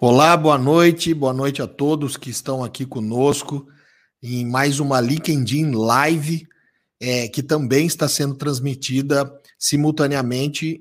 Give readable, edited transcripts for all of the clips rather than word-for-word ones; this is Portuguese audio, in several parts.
Olá, boa noite a todos que estão aqui conosco em mais uma LinkedIn Live, que também está sendo transmitida simultaneamente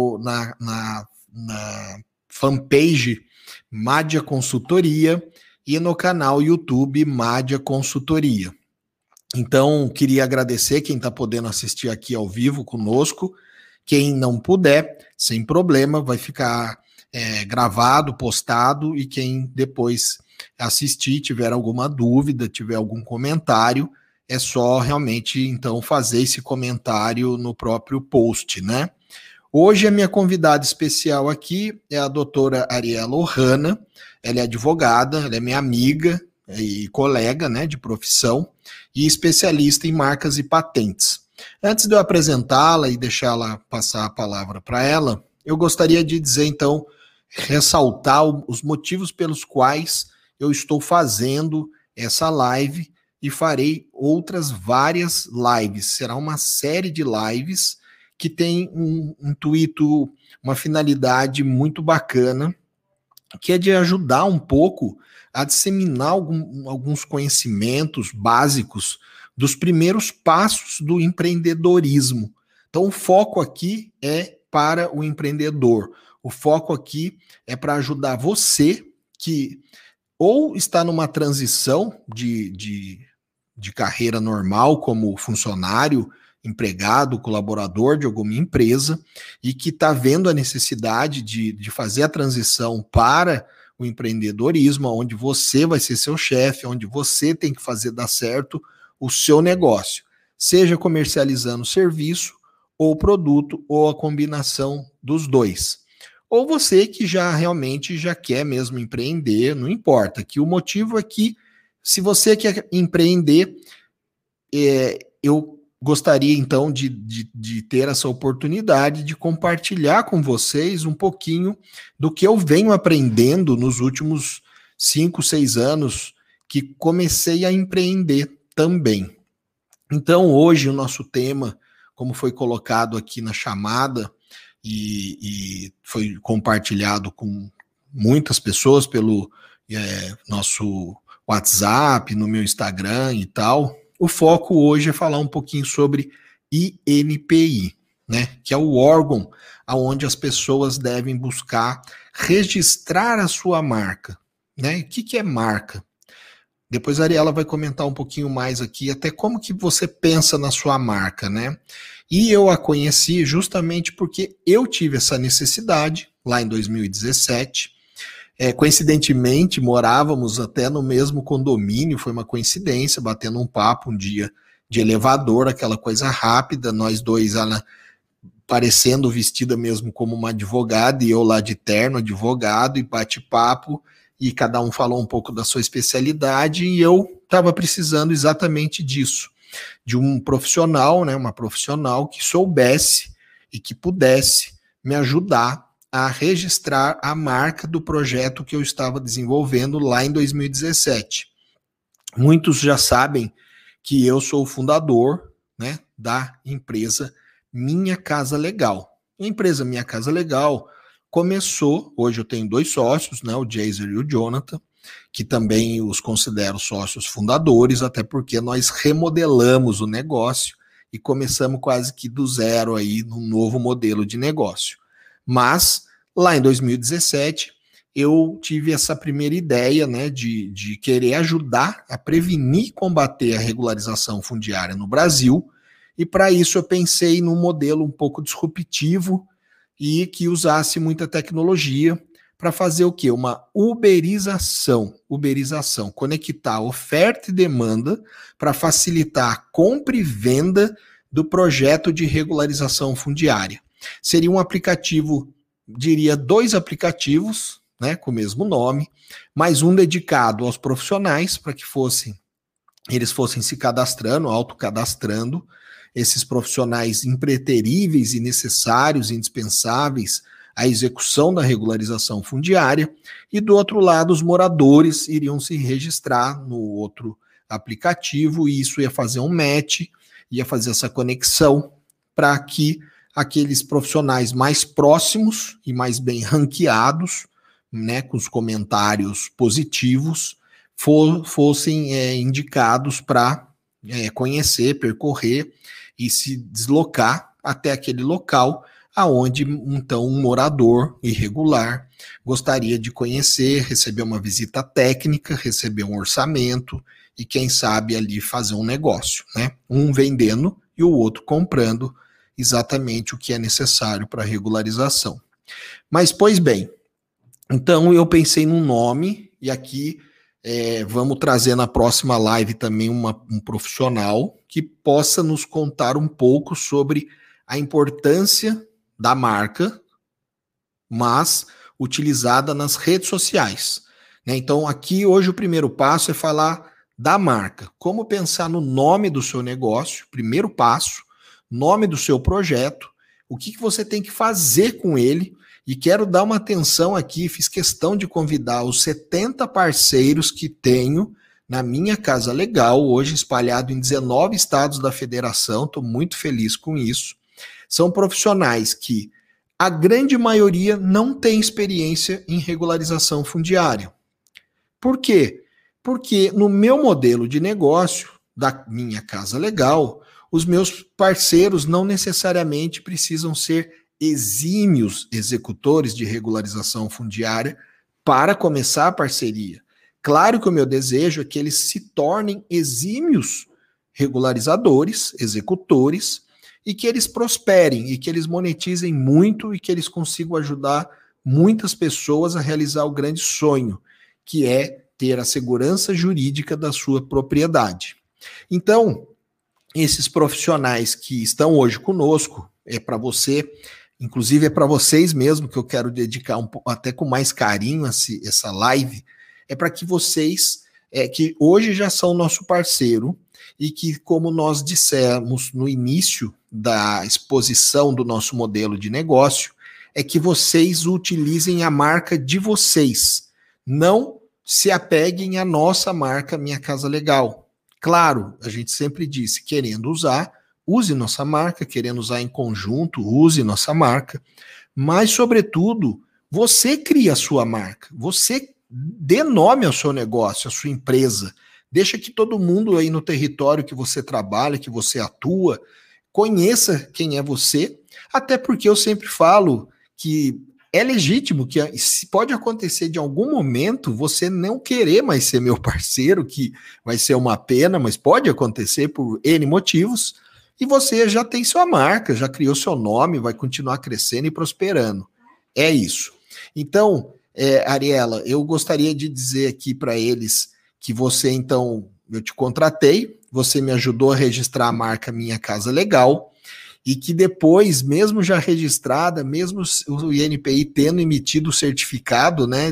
na fanpage Mádia Consultoria e no canal YouTube Mádia Consultoria. Então, queria agradecer quem está podendo assistir aqui ao vivo conosco. Quem não puder, sem problema, vai ficar gravado, postado, e quem depois assistir, tiver alguma dúvida, tiver algum comentário, é só realmente, então, fazer esse comentário no próprio post, né? Hoje a minha convidada especial aqui é a doutora Ariela Ohana. Ela é advogada, ela é minha amiga e colega, né, de profissão e especialista em marcas e patentes. Antes de eu apresentá-la e deixá-la passar a palavra para ela, eu gostaria de dizer, então, ressaltar os motivos pelos quais eu estou fazendo essa live e farei outras várias lives. Será uma série de lives que tem um intuito, uma finalidade muito bacana, que é de ajudar um pouco a disseminar alguns conhecimentos básicos dos primeiros passos do empreendedorismo. Então, o foco aqui é para o empreendedor. O foco aqui é para ajudar você que ou está numa transição de carreira normal, como funcionário, empregado, colaborador de alguma empresa, e que está vendo a necessidade de fazer a transição para o empreendedorismo, onde você vai ser seu chefe, onde você tem que fazer dar certo o seu negócio, seja comercializando serviço ou produto, ou a combinação dos dois. Ou você que já realmente já quer mesmo empreender, não importa, que o motivo é que, se você quer empreender, eu gostaria então de ter essa oportunidade de compartilhar com vocês um pouquinho do que eu venho aprendendo nos últimos 5, 6 anos que comecei a empreender também. Então, hoje o nosso tema, como foi colocado aqui na chamada e foi compartilhado com muitas pessoas pelo nosso WhatsApp, no meu Instagram e tal, o foco hoje é falar um pouquinho sobre INPI, né, que é o órgão onde as pessoas devem buscar registrar a sua marca, né? O que é marca? Depois a Ariela vai comentar um pouquinho mais aqui, até como que você pensa na sua marca, né? E eu a conheci justamente porque eu tive essa necessidade lá em 2017. Coincidentemente, morávamos até no mesmo condomínio, foi uma coincidência, batendo um papo um dia de elevador, aquela coisa rápida, nós dois, ela parecendo vestida mesmo como uma advogada, e eu lá de terno, advogado, e bate-papo, e cada um falou um pouco da sua especialidade, e eu estava precisando exatamente disso, de um profissional, né, uma profissional que soubesse e que pudesse me ajudar a registrar a marca do projeto que eu estava desenvolvendo lá em 2017. Muitos já sabem que eu sou o fundador, né, da empresa Minha Casa Legal. A empresa Minha Casa Legal começou, hoje eu tenho 2 sócios, né, o Jaser e o Jonathan, que também os considero sócios fundadores, até porque nós remodelamos o negócio e começamos quase que do zero aí num novo modelo de negócio. Mas, lá em 2017, eu tive essa primeira ideia, né, de querer ajudar a prevenir e combater a regularização fundiária no Brasil, e para isso eu pensei num modelo um pouco disruptivo e que usasse muita tecnologia para fazer o quê? Uma uberização, conectar oferta e demanda para facilitar a compra e venda do projeto de regularização fundiária. Seria um aplicativo, diria 2 aplicativos, né, com o mesmo nome, mais um dedicado aos profissionais, para que eles fossem se cadastrando, autocadastrando, esses profissionais impreteríveis e necessários, indispensáveis à execução da regularização fundiária, e do outro lado os moradores iriam se registrar no outro aplicativo, e isso ia fazer um match, ia fazer essa conexão para que aqueles profissionais mais próximos e mais bem ranqueados, né, com os comentários positivos, fossem indicados para conhecer, percorrer e se deslocar até aquele local aonde então um morador irregular gostaria de conhecer, receber uma visita técnica, receber um orçamento e quem sabe ali fazer um negócio, né? Um vendendo e o outro comprando exatamente o que é necessário para a regularização. Mas, pois bem, então eu pensei num nome e aqui vamos trazer na próxima live também um profissional que possa nos contar um pouco sobre a importância da marca, mas utilizada nas redes sociais, né? Então aqui hoje o primeiro passo é falar da marca, como pensar no nome do seu negócio, primeiro passo, nome do seu projeto, o que você tem que fazer com ele. E quero dar uma atenção aqui, fiz questão de convidar os 70 parceiros que tenho na minha Casa Legal, hoje espalhado em 19 estados da federação, estou muito feliz com isso. São profissionais que a grande maioria não tem experiência em regularização fundiária. Por quê? Porque no meu modelo de negócio, da minha Casa Legal, os meus parceiros não necessariamente precisam ser exímios executores de regularização fundiária para começar a parceria. Claro que o meu desejo é que eles se tornem exímios regularizadores, executores, e que eles prosperem, e que eles monetizem muito, e que eles consigam ajudar muitas pessoas a realizar o grande sonho, que é ter a segurança jurídica da sua propriedade. Então, esses profissionais que estão hoje conosco, é para você, inclusive é para vocês mesmo, que eu quero dedicar até com mais carinho essa live, é para que vocês, que hoje já são nosso parceiro, e que, como nós dissemos no início da exposição do nosso modelo de negócio, é que vocês utilizem a marca de vocês, não se apeguem à nossa marca Minha Casa Legal. Claro, a gente sempre disse, querendo usar, use nossa marca, querendo usar em conjunto, use nossa marca, mas, sobretudo, você cria a sua marca, você dê nome ao seu negócio, à sua empresa, deixa que todo mundo aí no território que você trabalha, que você atua, conheça quem é você, até porque eu sempre falo que é legítimo que pode acontecer de algum momento você não querer mais ser meu parceiro, que vai ser uma pena, mas pode acontecer por N motivos, e você já tem sua marca, já criou seu nome, vai continuar crescendo e prosperando. É isso. Então, Ariela, eu gostaria de dizer aqui para eles que você, então, eu te contratei, você me ajudou a registrar a marca Minha Casa Legal, e que depois, mesmo já registrada, mesmo o INPI tendo emitido o certificado, né,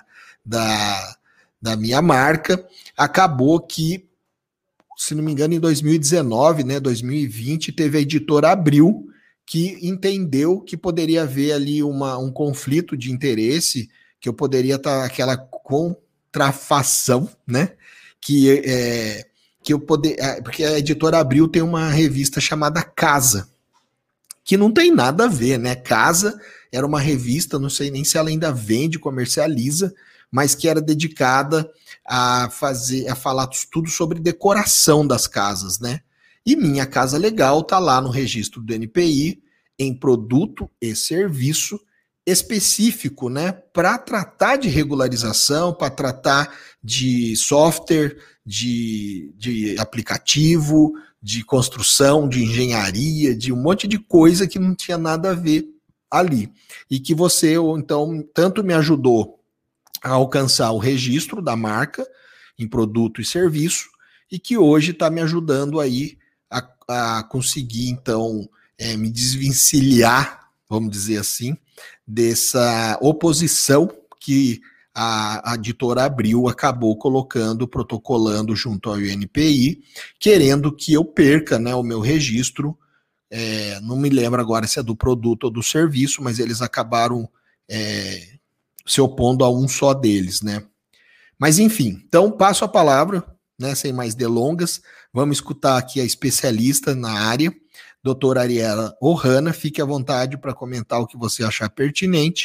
da minha marca, acabou que, se não me engano, em 2019, né, 2020, teve a editora Abril, que entendeu que poderia haver ali um conflito de interesse, que eu poderia estar aquela contrafação, né, que eu porque a editora Abril tem uma revista chamada Casa, que não tem nada a ver, né? Casa era uma revista, não sei nem se ela ainda vende, comercializa, mas que era dedicada a falar tudo sobre decoração das casas, né? E Minha Casa Legal tá lá no registro do NPI em produto e serviço específico, né? Para tratar de regularização, para tratar de software, de aplicativo, de construção, de engenharia, de um monte de coisa que não tinha nada a ver ali. E que você, então, tanto me ajudou a alcançar o registro da marca em produto e serviço, e que hoje está me ajudando aí a conseguir, então, me desvencilhar, vamos dizer assim, dessa oposição que a editora Abril acabou protocolando junto ao INPI, querendo que eu perca, né, o meu registro, não me lembro agora se é do produto ou do serviço, mas eles acabaram se opondo a um só deles, né. Mas enfim, então passo a palavra, né, sem mais delongas, vamos escutar aqui a especialista na área, doutora Ariela Ohana, fique à vontade para comentar o que você achar pertinente,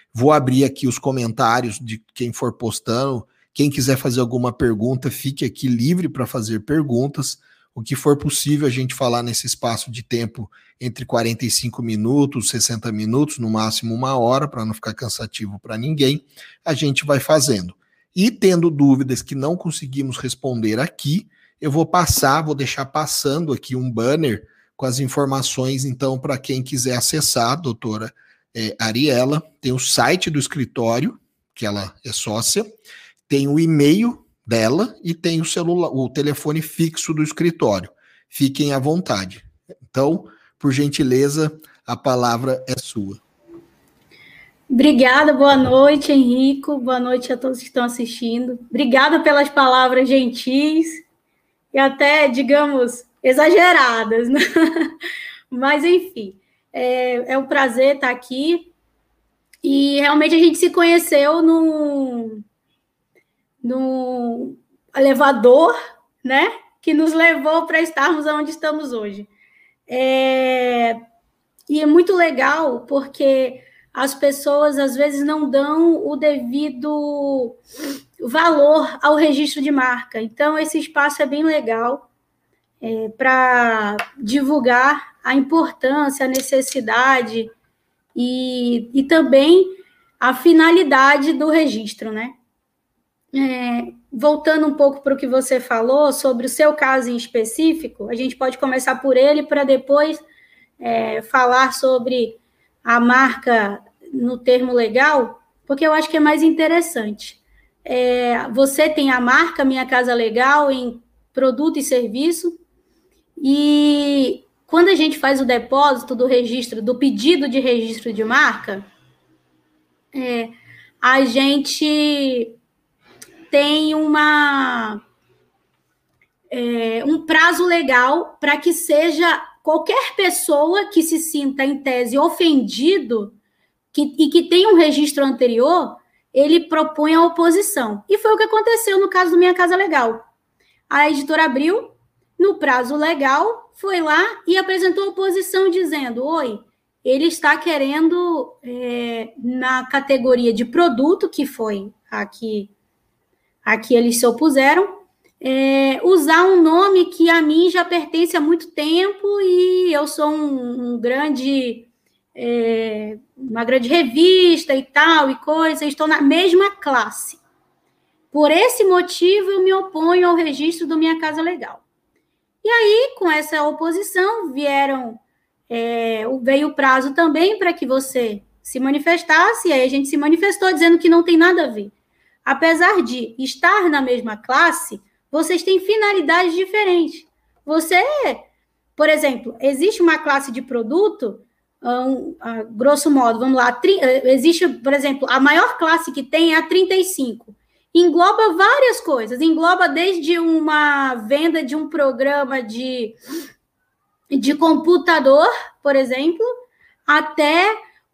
Vou abrir aqui os comentários de quem for postando. Quem quiser fazer alguma pergunta, fique aqui livre para fazer perguntas. O que for possível a gente falar nesse espaço de tempo entre 45 minutos, 60 minutos, no máximo 1 hora, para não ficar cansativo para ninguém, a gente vai fazendo. E tendo dúvidas que não conseguimos responder aqui, eu vou deixar passando aqui um banner com as informações, então, para quem quiser acessar, doutora Ariela, tem o site do escritório, que ela é sócia, tem o e-mail dela e tem o telefone fixo do escritório. Fiquem à vontade. Então, por gentileza, a palavra é sua. Obrigada, boa noite, Henrico. Boa noite a todos que estão assistindo. Obrigada pelas palavras gentis e até, digamos, exageradas, né? Mas, enfim, é um prazer estar aqui. E realmente a gente se conheceu no elevador, né? Que nos levou para estarmos onde estamos hoje. E é muito legal porque as pessoas, às vezes, não dão o devido valor ao registro de marca. Então, esse espaço é bem legal para divulgar a importância, a necessidade e também a finalidade do registro, né? Voltando um pouco para o que você falou sobre o seu caso em específico, a gente pode começar por ele para depois falar sobre a marca no termo legal, porque eu acho que é mais interessante. Você tem a marca Minha Casa Legal em produto e serviço, e quando a gente faz o depósito do registro, do pedido de registro de marca, a gente tem um prazo legal para que seja qualquer pessoa que se sinta, em tese, ofendido e que tenha um registro anterior, ele propõe a oposição. E foi o que aconteceu no caso do Minha Casa Legal. A editora Abril, no prazo legal, foi lá e apresentou a oposição dizendo: oi, ele está querendo, na categoria de produto, que foi aqui eles se opuseram, usar um nome que a mim já pertence há muito tempo e eu sou uma grande revista e tal, e coisa, estou na mesma classe. Por esse motivo, eu me oponho ao registro do Minha Casa Legal. E aí, com essa oposição, veio o prazo também para que você se manifestasse, e aí a gente se manifestou dizendo que não tem nada a ver. Apesar de estar na mesma classe, vocês têm finalidades diferentes. Por exemplo, existe uma classe de produto, grosso modo, vamos lá, existe, por exemplo, a maior classe que tem é a 35. Engloba várias coisas, engloba desde uma venda de um programa de computador, por exemplo, até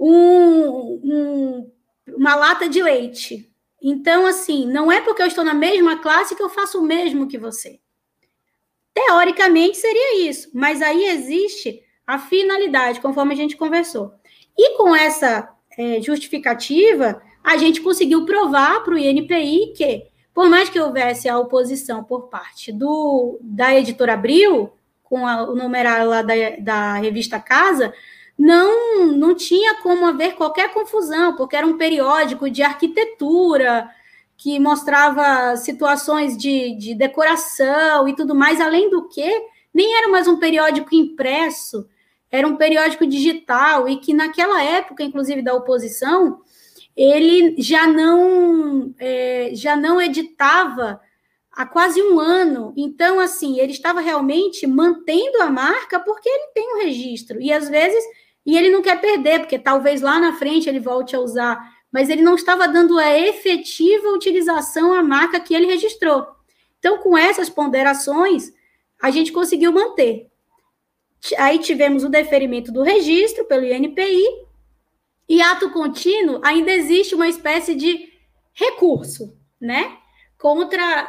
uma lata de leite. Então, assim, não é porque eu estou na mesma classe que eu faço o mesmo que você. Teoricamente, seria isso, mas aí existe a finalidade, conforme a gente conversou. E com essa justificativa, a gente conseguiu provar para o INPI que, por mais que houvesse a oposição por parte da editora Abril, com o numerário lá da revista Casa, não tinha como haver qualquer confusão, porque era um periódico de arquitetura, que mostrava situações de decoração e tudo mais, além do que, nem era mais um periódico impresso, era um periódico digital, e que naquela época, inclusive da oposição, ele já não editava há quase um ano. Então, assim, ele estava realmente mantendo a marca porque ele tem um registro. E, às vezes, ele não quer perder, porque talvez lá na frente ele volte a usar. Mas ele não estava dando a efetiva utilização à marca que ele registrou. Então, com essas ponderações, a gente conseguiu manter. Aí tivemos o deferimento do registro pelo INPI, e ato contínuo, ainda existe uma espécie de recurso, né, contra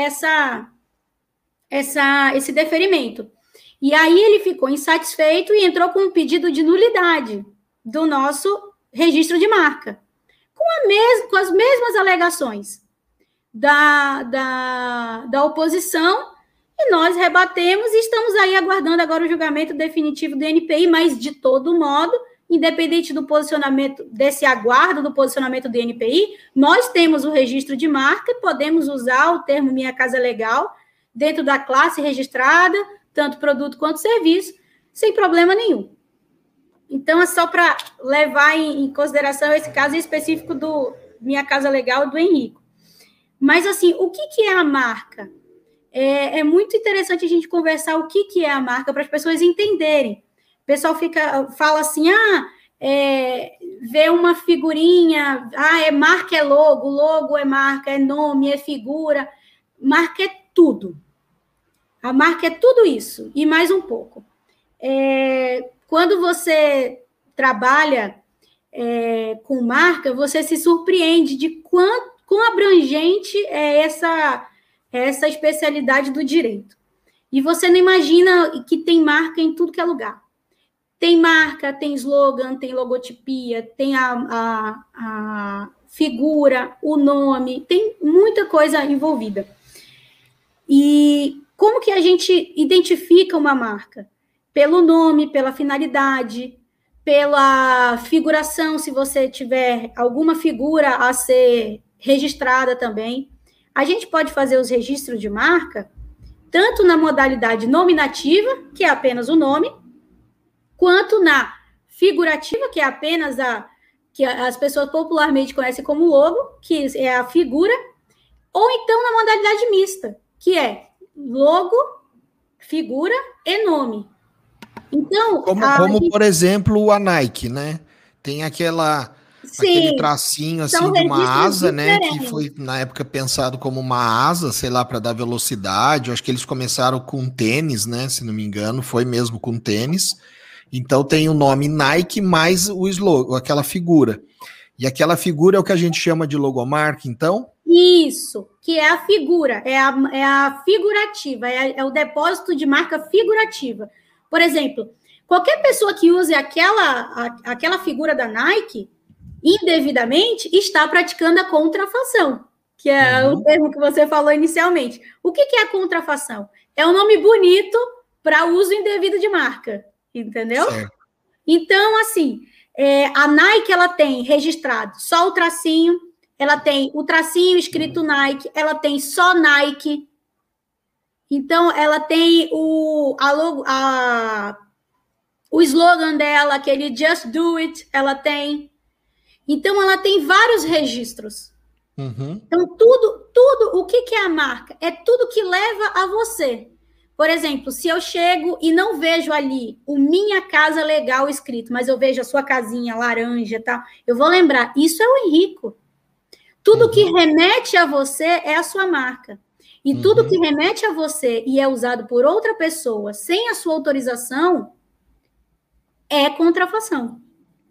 esse deferimento. E aí ele ficou insatisfeito e entrou com um pedido de nulidade do nosso registro de marca. com as mesmas alegações da oposição, e nós rebatemos e estamos aí aguardando agora o julgamento definitivo do INPI, mas, de todo modo, independente do posicionamento, desse aguardo do posicionamento do INPI, nós temos o registro de marca e podemos usar o termo Minha Casa Legal dentro da classe registrada, tanto produto quanto serviço, sem problema nenhum. Então, é só para levar em consideração esse caso específico do Minha Casa Legal do Henrico. Mas, assim, o que é a marca? É muito interessante a gente conversar o que é a marca para as pessoas entenderem. O pessoal fala assim, vê uma figurinha, marca é logo é marca, é nome, é figura. Marca é tudo. A marca é tudo isso, e mais um pouco. Quando você trabalha com marca, você se surpreende de quão abrangente é essa especialidade do direito. E você não imagina que tem marca em tudo que é lugar. Tem marca, tem slogan, tem logotipia, tem a figura, o nome, tem muita coisa envolvida. E como que a gente identifica uma marca? Pelo nome, pela finalidade, pela figuração, se você tiver alguma figura a ser registrada também. A gente pode fazer os registros de marca tanto na modalidade nominativa, que é apenas o nome, quanto na figurativa, que é apenas que as pessoas popularmente conhecem como logo, que é a figura, ou então na modalidade mista, que é logo, figura e nome. Então, como por exemplo, a Nike, né? Tem aquele tracinho assim de uma asa, né? Que foi na época pensado como uma asa, sei lá, para dar velocidade. Eu acho que eles começaram com tênis, né? Se não me engano, foi mesmo com tênis. Então tem o nome Nike mais o slogan, aquela figura. E aquela figura é o que a gente chama de logomarca, então? Isso, que é a figura, é a figurativa, é o depósito de marca figurativa. Por exemplo, qualquer pessoa que use aquela figura da Nike indevidamente está praticando a contrafação, que é o termo que você falou inicialmente. O que é a contrafação? É um nome bonito para uso indevido de marca, entendeu? Certo. Então, assim, a Nike, ela tem registrado só o tracinho, ela tem o tracinho escrito Nike, ela tem só Nike. Então, ela tem o slogan dela, aquele Just Do It, ela tem. Então, ela tem vários registros. Então, tudo, o que é a marca? É tudo que leva a você. Por exemplo, se eu chego e não vejo ali o Minha Casa Legal escrito, mas eu vejo a sua casinha laranja, tá? Eu vou lembrar, isso é o Henrico. Tudo que remete a você é a sua marca. E tudo que remete a você e é usado por outra pessoa sem a sua autorização é contrafação.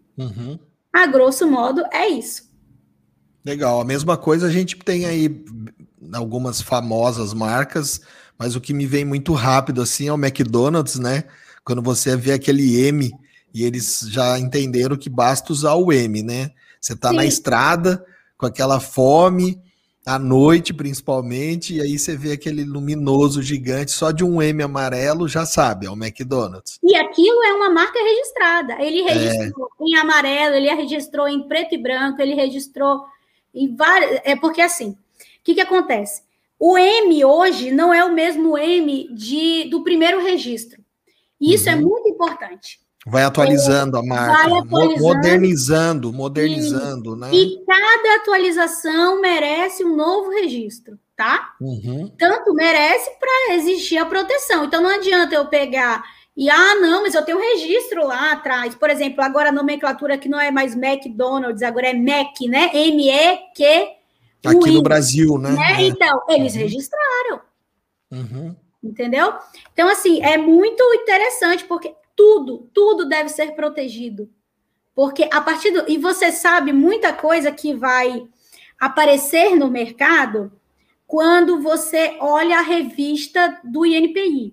A grosso modo, é isso. Legal. A mesma coisa a gente tem aí algumas famosas marcas, mas o que me vem muito rápido assim é o McDonald's, né? Quando você vê aquele M e eles já entenderam que basta usar o M, né? Você tá na estrada com aquela fome, à noite principalmente, e aí você vê aquele luminoso gigante, só de um M amarelo, já sabe, é o McDonald's. E aquilo é uma marca registrada. Ele registrou em amarelo, ele registrou em preto e branco, ele registrou em vários... porque assim, o que acontece? O M hoje não é o mesmo M do primeiro registro. E isso é muito importante. Vai atualizando a marca, modernizando, né? E cada atualização merece um novo registro, tá? Tanto merece para existir a proteção. Então, não adianta eu pegar e, não, mas eu tenho um registro lá atrás. Por exemplo, agora a nomenclatura que não é mais McDonald's, agora é MEC, né? M-E-Q. Aqui no Brasil, né? Então, eles registraram. Entendeu? Então, assim, é muito interessante, porque tudo deve ser protegido. Porque a partir do... E você sabe muita coisa que vai aparecer no mercado quando você olha a revista do INPI.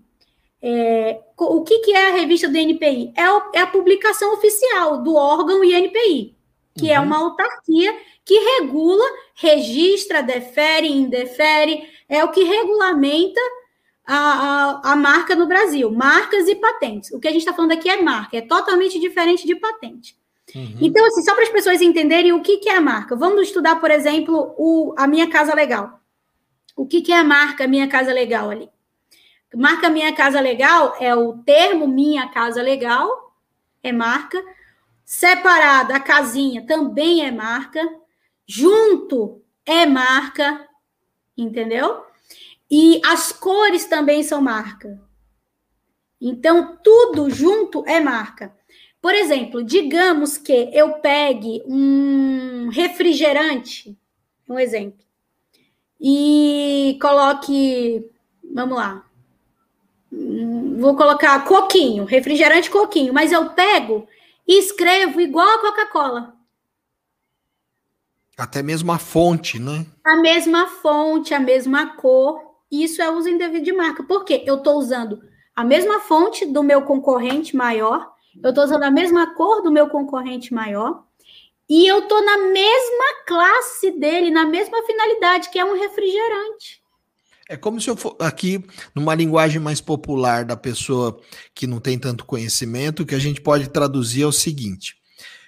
O que é a revista do INPI? É a publicação oficial do órgão INPI, que é uma autarquia que regula, registra, defere, indefere, é o que regulamenta a marca no Brasil, marcas e patentes. O que a gente está falando aqui é marca, é totalmente diferente de patente. Uhum. Então, assim, só para as pessoas entenderem o que é a marca, vamos estudar, por exemplo, a Minha Casa Legal. O que é a marca Minha Casa Legal ali? Marca Minha Casa Legal é o termo Minha Casa Legal, é marca. Separada, a casinha também é marca. Junto é marca, entendeu? E as cores também são marca. Então, tudo junto é marca. Por exemplo, digamos que eu pegue um refrigerante, um exemplo, e coloque, vamos lá, vou colocar coquinho, refrigerante coquinho, mas eu pego e escrevo igual a Coca-Cola. Até mesmo a fonte, né? A mesma fonte, a mesma cor. Isso é uso indevido de marca. Por quê? Eu estou usando a mesma fonte do meu concorrente maior, eu estou usando a mesma cor do meu concorrente maior, e eu estou na mesma classe dele, na mesma finalidade, que é um refrigerante. É como se eu for aqui, numa linguagem mais popular da pessoa que não tem tanto conhecimento, o que a gente pode traduzir é o seguinte: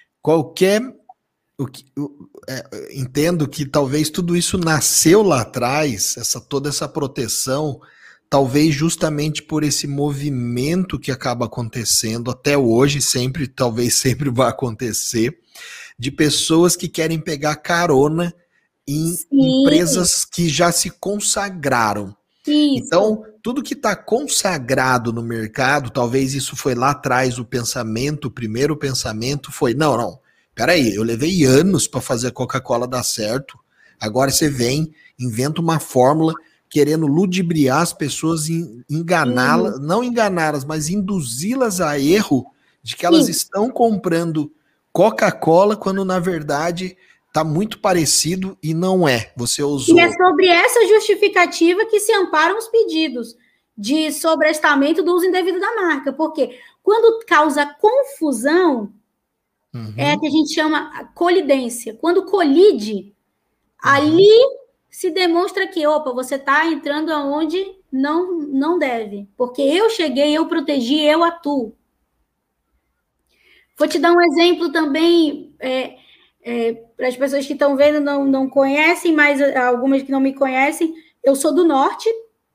entendo que talvez tudo isso nasceu lá atrás, toda essa proteção, talvez justamente por esse movimento que acaba acontecendo até hoje, talvez sempre vai acontecer, de pessoas que querem pegar carona em empresas que já se consagraram. Isso. Então, tudo que está consagrado no mercado, talvez isso foi lá atrás o primeiro pensamento foi, não, peraí, eu levei anos para fazer a Coca-Cola dar certo, agora você vem, inventa uma fórmula querendo ludibriar as pessoas, enganá-las, não enganá-las, mas induzi-las a erro de que elas estão comprando Coca-Cola, quando na verdade está muito parecido e não é. Você usou. E é sobre essa justificativa que se amparam os pedidos de sobrestamento do uso indevido da marca. Porque quando causa confusão, é a que a gente chama colidência. Quando colide, ali se demonstra que, você está entrando aonde não deve. Porque eu cheguei, eu protegi, eu atuo. Vou te dar um exemplo também, para as pessoas que estão vendo não conhecem, mas algumas que não me conhecem, eu sou do norte,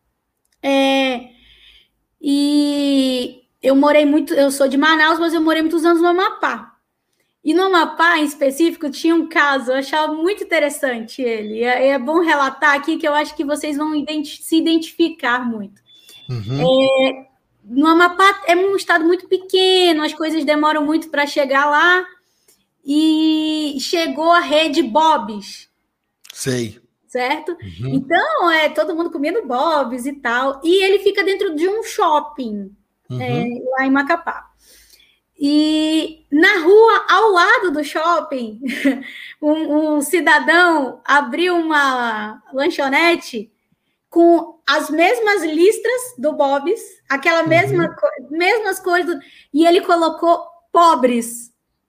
e eu sou de Manaus, mas eu morei muitos anos no Amapá. E no Amapá, em específico, tinha um caso, eu achava muito interessante ele. É bom relatar aqui, que eu acho que vocês vão se identificar muito. No Amapá é um estado muito pequeno, as coisas demoram muito para chegar lá, e chegou a rede Bob's. Sei. Certo? Então, todo mundo comendo Bob's e tal, e ele fica dentro de um shopping, lá em Macapá. E na rua, ao lado do shopping, um cidadão abriu uma lanchonete com as mesmas listras do Bob's, aquela mesmas coisas, e ele colocou pobres.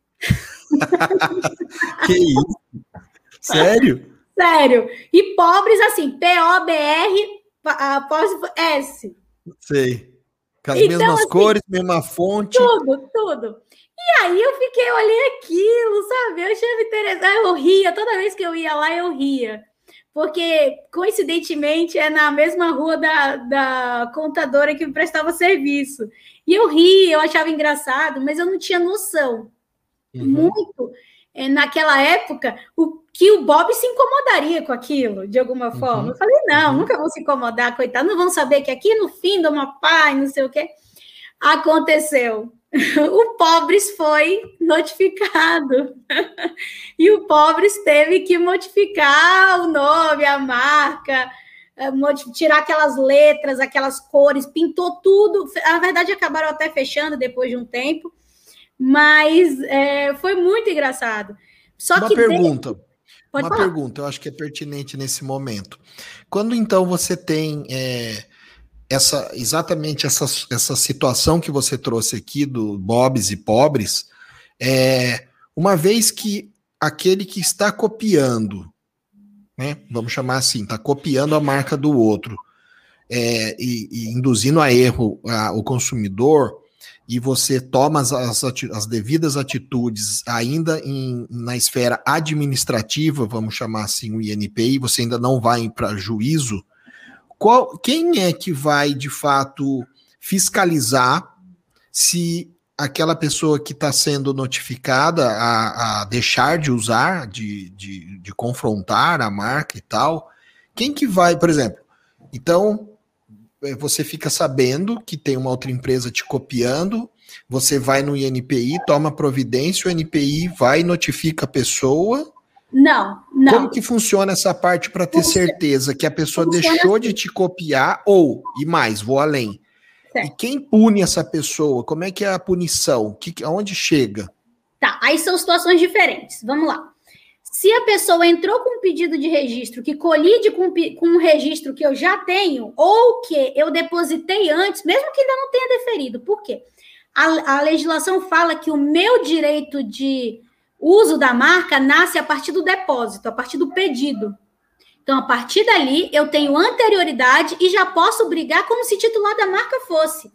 Que isso? Sério? Sério. E pobres, assim, P-O-B-R, apóstrofo S. Sei. Com as mesmas assim, cores, mesma fonte. Tudo. E aí eu olhei aquilo, sabe? Eu achei interessante. Eu ria, toda vez que eu ia lá, eu ria. Porque, coincidentemente, é na mesma rua da contadora que me prestava serviço. E eu ria, eu achava engraçado, mas eu não tinha noção. Muito. Naquela época, que o Bob se incomodaria com aquilo, de alguma forma. Eu falei, nunca vão se incomodar, coitado, não vão saber que aqui no fim do Amapá, não sei o quê. Aconteceu. O Pobres foi notificado. E o Pobres teve que modificar o nome, a marca, tirar aquelas letras, aquelas cores, pintou tudo. Na verdade, acabaram até fechando depois de um tempo, mas foi muito engraçado. Só uma que pergunta. Uma pergunta, eu acho que é pertinente nesse momento. Quando então você tem exatamente essa situação que você trouxe aqui do Bob's e pobres, uma vez que aquele que está copiando, né? Vamos chamar assim, está copiando a marca do outro, e induzindo a erro o consumidor, e você toma as devidas atitudes ainda na esfera administrativa, vamos chamar assim, o INPI, você ainda não vai para juízo, quem é que vai, de fato, fiscalizar se aquela pessoa que está sendo notificada a deixar de usar, de confrontar a marca e tal, quem que vai, por exemplo, então você fica sabendo que tem uma outra empresa te copiando, você vai no INPI, toma providência, o INPI vai e notifica a pessoa. Não. Como que funciona essa parte para ter certeza que a pessoa deixou de te copiar e mais, vou além. Certo. E quem pune essa pessoa? Como é que é a punição? Aonde chega? Tá, aí são situações diferentes. Vamos lá. Se a pessoa entrou com um pedido de registro que colide com um registro que eu já tenho, ou que eu depositei antes, mesmo que ainda não tenha deferido. Por quê? A legislação fala que o meu direito de uso da marca nasce a partir do depósito, a partir do pedido. Então, a partir dali, eu tenho anterioridade e já posso brigar como se titular da marca fosse.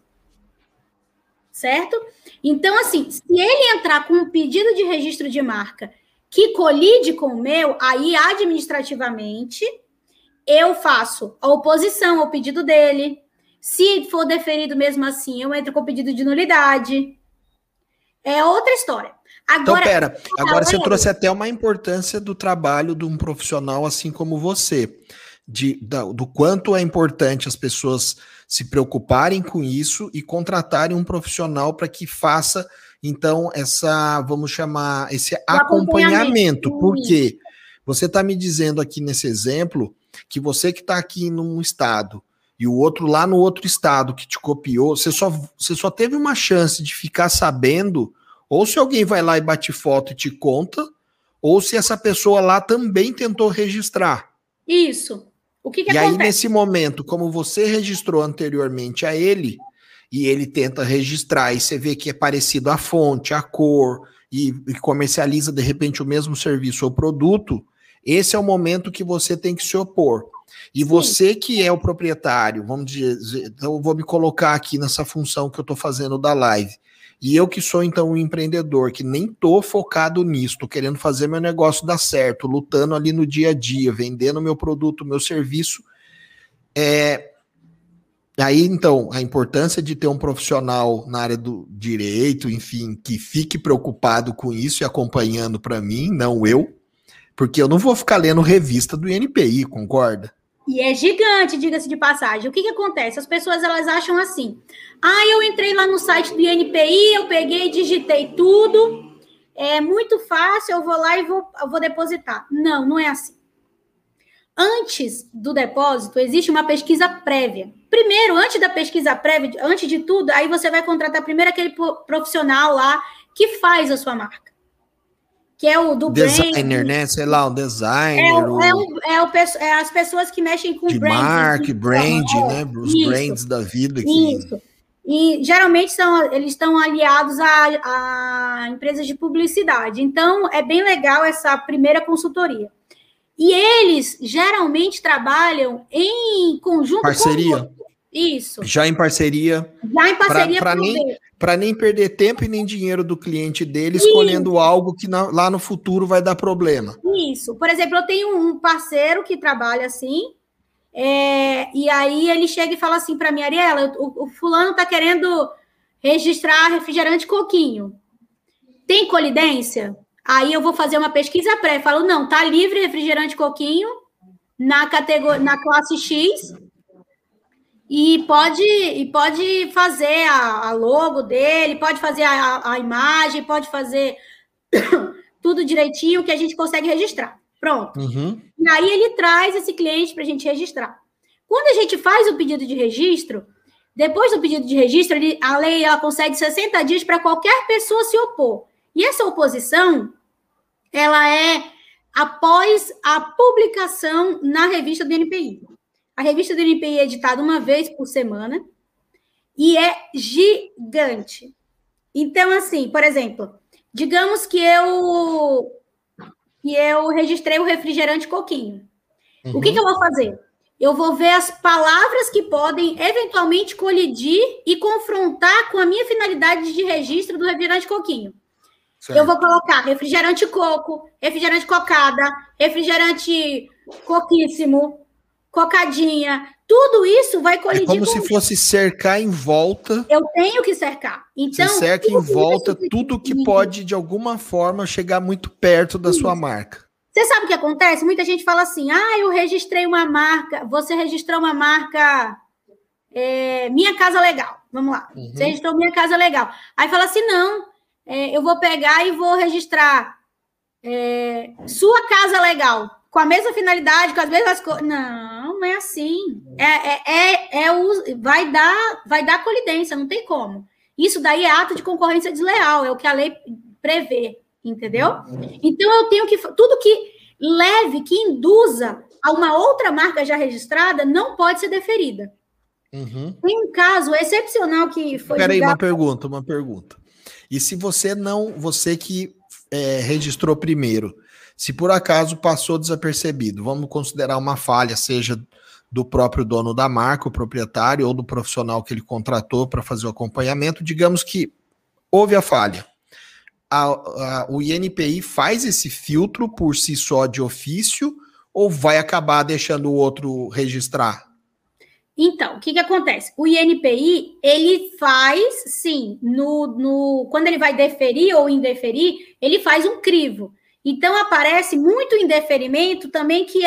Certo? Então, assim, se ele entrar com um pedido de registro de marca que colide com o meu, aí, administrativamente, eu faço a oposição ao pedido dele. Se for deferido mesmo assim, eu entro com o pedido de nulidade. É outra história. Agora, então, pera, agora você trouxe até uma importância do trabalho de um profissional assim como você, do quanto é importante as pessoas se preocuparem com isso e contratarem um profissional para que faça, então, vamos chamar, esse acompanhamento. Porque você está me dizendo aqui nesse exemplo que você que está aqui num estado e o outro lá no outro estado que te copiou, você só teve uma chance de ficar sabendo, ou se alguém vai lá e bate foto e te conta, ou se essa pessoa lá também tentou registrar. Isso. O que acontece? Aí, nesse momento, como você registrou anteriormente a ele, e ele tenta registrar, e você vê que é parecido a fonte, a cor, e comercializa, de repente, o mesmo serviço ou produto, esse é o momento que você tem que se opor. E você que é o proprietário, vamos dizer, então eu vou me colocar aqui nessa função que eu estou fazendo da live. E eu que sou, então, um empreendedor, que nem estou focado nisso, estou querendo fazer meu negócio dar certo, lutando ali no dia a dia, vendendo meu produto, meu serviço. Aí, então, a importância de ter um profissional na área do direito, enfim, que fique preocupado com isso e acompanhando para mim, não eu, porque eu não vou ficar lendo revista do INPI, concorda? E é gigante, diga-se de passagem. O que acontece? As pessoas, elas acham assim, eu entrei lá no site do INPI, eu peguei, digitei tudo, é muito fácil, eu vou lá e vou depositar. Não, não é assim. Antes do depósito, existe uma pesquisa prévia. Primeiro, antes da pesquisa prévia, antes de tudo, aí você vai contratar primeiro aquele profissional lá que faz a sua marca. Que é o do designer, né? Sei lá, um designer. É as pessoas que mexem com de branding. Brand, né? Os brands da vida. Isso. E geralmente eles estão aliados a empresas de publicidade. Então, é bem legal essa primeira consultoria. E eles geralmente trabalham em conjunto parceria. Com isso. Já em parceria. Já em parceria para nem perder tempo e nem dinheiro do cliente dele escolhendo algo que lá no futuro vai dar problema. Isso. Por exemplo, eu tenho um parceiro que trabalha assim, e aí ele chega e fala assim para mim, Ariela, o fulano está querendo registrar refrigerante coquinho. Tem colidência? Aí eu vou fazer uma pesquisa prévia. Falo, não, tá livre refrigerante coquinho na classe X e pode fazer a logo dele, pode fazer a imagem, pode fazer tudo direitinho que a gente consegue registrar. Pronto. Uhum. E aí ele traz esse cliente para a gente registrar. Quando a gente faz o pedido de registro, depois do pedido de registro, a lei ela concede 60 dias para qualquer pessoa se opor. E essa oposição, ela é após a publicação na revista do INPI. A revista do INPI é editada uma vez por semana e é gigante. Então, assim, por exemplo, digamos que eu e eu registrei o refrigerante coquinho. O que eu vou fazer? Eu vou ver as palavras que podem eventualmente colidir e confrontar com a minha finalidade de registro do refrigerante coquinho. Certo. Eu vou colocar refrigerante coco, refrigerante cocada, refrigerante coquíssimo, cocadinha. Tudo isso vai colidir com... É como se fosse cercar em volta. Eu tenho que cercar. Então, você cerca em volta tudo que pode, de alguma forma, chegar muito perto da sua marca. Você sabe o que acontece? Muita gente fala assim, eu registrei uma marca, você registrou uma marca Minha Casa Legal. Vamos lá. Você registrou Minha Casa Legal. Aí fala assim, não, eu vou pegar e vou registrar Sua Casa Legal, com a mesma finalidade, com as mesmas coisas. Não é assim. Vai dar colidência, não tem como. Isso daí é ato de concorrência desleal, é o que a lei prevê, entendeu? Então, eu tenho que... Tudo que leve, que induza a uma outra marca já registrada, não pode ser deferida. Tem um caso excepcional que foi... Peraí, uma pergunta. E se você que registrou primeiro, se por acaso passou desapercebido, vamos considerar uma falha, seja do próprio dono da marca, o proprietário, ou do profissional que ele contratou para fazer o acompanhamento, digamos que houve a falha. O INPI faz esse filtro por si só de ofício ou vai acabar deixando o outro registrar? Então, o que acontece? O INPI, ele faz, sim, quando ele vai deferir ou indeferir, ele faz um crivo. Então, aparece muito indeferimento também que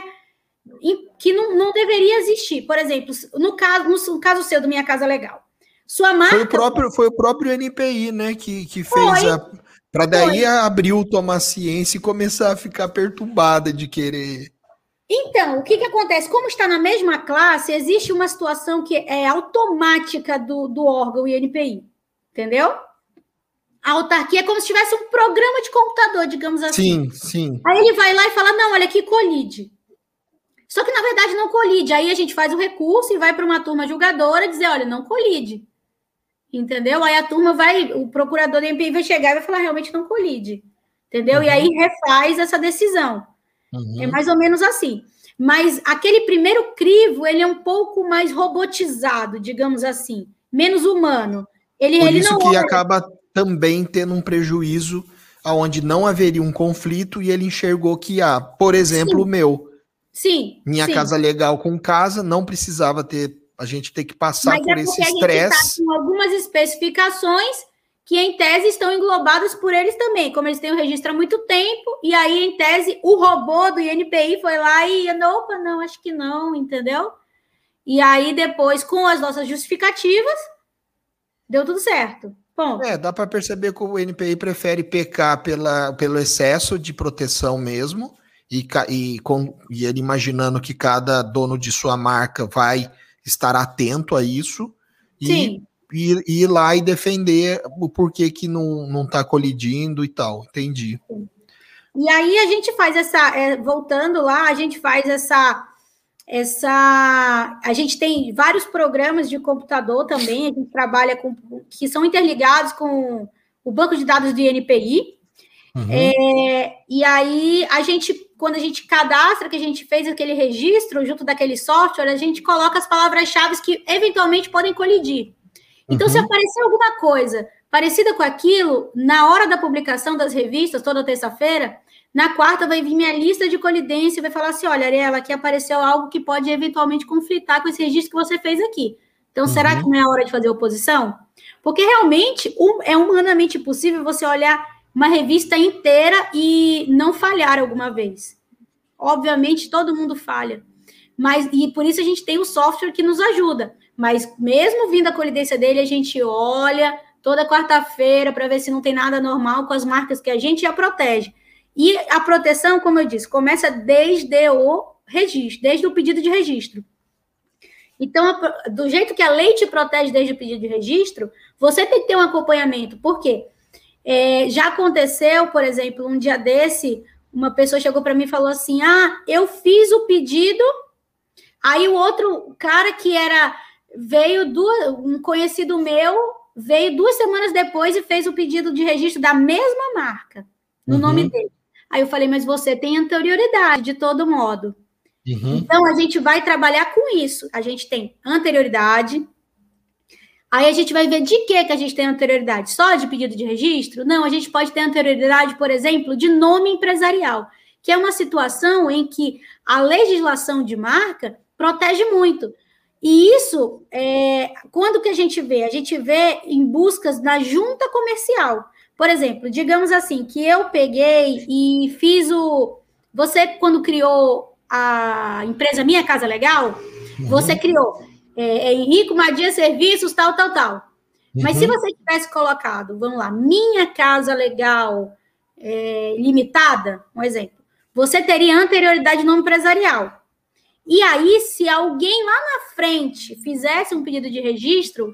não deveria existir. Por exemplo, no caso seu do Minha Casa Legal. Sua marca... Foi o próprio NPI, né, que fez para daí abrir tomar ciência e começar a ficar perturbada de querer... Então, o que acontece? Como está na mesma classe, existe uma situação que é automática do órgão INPI, entendeu? A autarquia é como se tivesse um programa de computador, digamos assim. Sim. Aí ele vai lá e fala, não, olha aqui, colide. Só que, na verdade, não colide. Aí a gente faz o recurso e vai para uma turma julgadora dizer, olha, não colide. Entendeu? Aí a turma o procurador do INPI vai chegar e vai falar, realmente não colide. Entendeu? E aí refaz essa decisão. É mais ou menos assim. Mas aquele primeiro crivo, ele é um pouco mais robotizado, digamos assim. Menos humano. Por isso que acaba também tendo um prejuízo onde não haveria um conflito e ele enxergou que há. Por exemplo, o meu. Sim. Minha Casa Legal com casa, não precisava a gente ter que passar por esse estresse. Mas a gente tá com algumas especificações que, em tese, estão englobadas por eles também, como eles têm o registro há muito tempo, e aí, em tese, o robô do INPI foi lá e, opa, não, acho que não, entendeu? E aí, depois, com as nossas justificativas, deu tudo certo. Bom. Dá para perceber que o INPI prefere pecar pelo excesso de proteção mesmo, e ele imaginando que cada dono de sua marca vai estar atento a isso, Sim. E ir lá e defender o porquê que não está colidindo e tal. Entendi. E aí a gente faz voltando lá, a gente faz a gente tem vários programas de computador também, a gente trabalha que são interligados com o banco de dados do INPI. E aí quando a gente cadastra, que a gente fez aquele registro junto daquele software, a gente coloca as palavras-chave que eventualmente podem colidir. Então, se aparecer alguma coisa parecida com aquilo, na hora da publicação das revistas, toda terça-feira, na quarta vai vir minha lista de colidência e vai falar assim, olha, Ariela, aqui apareceu algo que pode eventualmente conflitar com esse registro que você fez aqui. Então, será que não é a hora de fazer oposição? Porque realmente é humanamente possível você olhar uma revista inteira e não falhar alguma vez. Obviamente, todo mundo falha. E por isso a gente tem o software que nos ajuda. Mas mesmo vindo a colidência dele, a gente olha toda quarta-feira para ver se não tem nada anormal com as marcas que a gente já protege. E a proteção, como eu disse, começa desde o registro, desde o pedido de registro. Então, do jeito que a lei te protege desde o pedido de registro, você tem que ter um acompanhamento. Por quê? Já aconteceu, por exemplo, um dia desse, uma pessoa chegou para mim e falou assim, eu fiz o pedido, aí o outro cara um conhecido meu, veio 2 semanas depois e fez o pedido de registro da mesma marca, no nome dele. Aí eu falei, mas você tem anterioridade de todo modo. Então, a gente vai trabalhar com isso. A gente tem anterioridade. Aí a gente vai ver de que a gente tem anterioridade? Só de pedido de registro? Não, a gente pode ter anterioridade, por exemplo, de nome empresarial, que é uma situação em que a legislação de marca protege muito. E isso, quando que a gente vê? A gente vê em buscas na junta comercial. Por exemplo, digamos assim, que eu peguei e fiz Você, quando criou a empresa Minha Casa Legal, você criou Henrico Madia Serviços, tal. Mas se você tivesse colocado, vamos lá, Minha Casa Legal Limitada, um exemplo, você teria anterioridade no nome empresarial. E aí, se alguém lá na frente fizesse um pedido de registro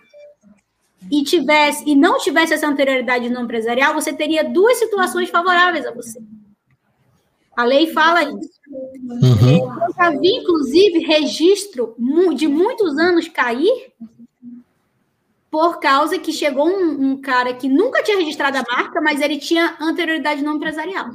e não tivesse essa anterioridade no nome empresarial, você teria duas situações favoráveis a você. A lei fala isso. Eu já vi, inclusive, registro de muitos anos cair por causa que chegou um cara que nunca tinha registrado a marca, mas ele tinha anterioridade no nome empresarial.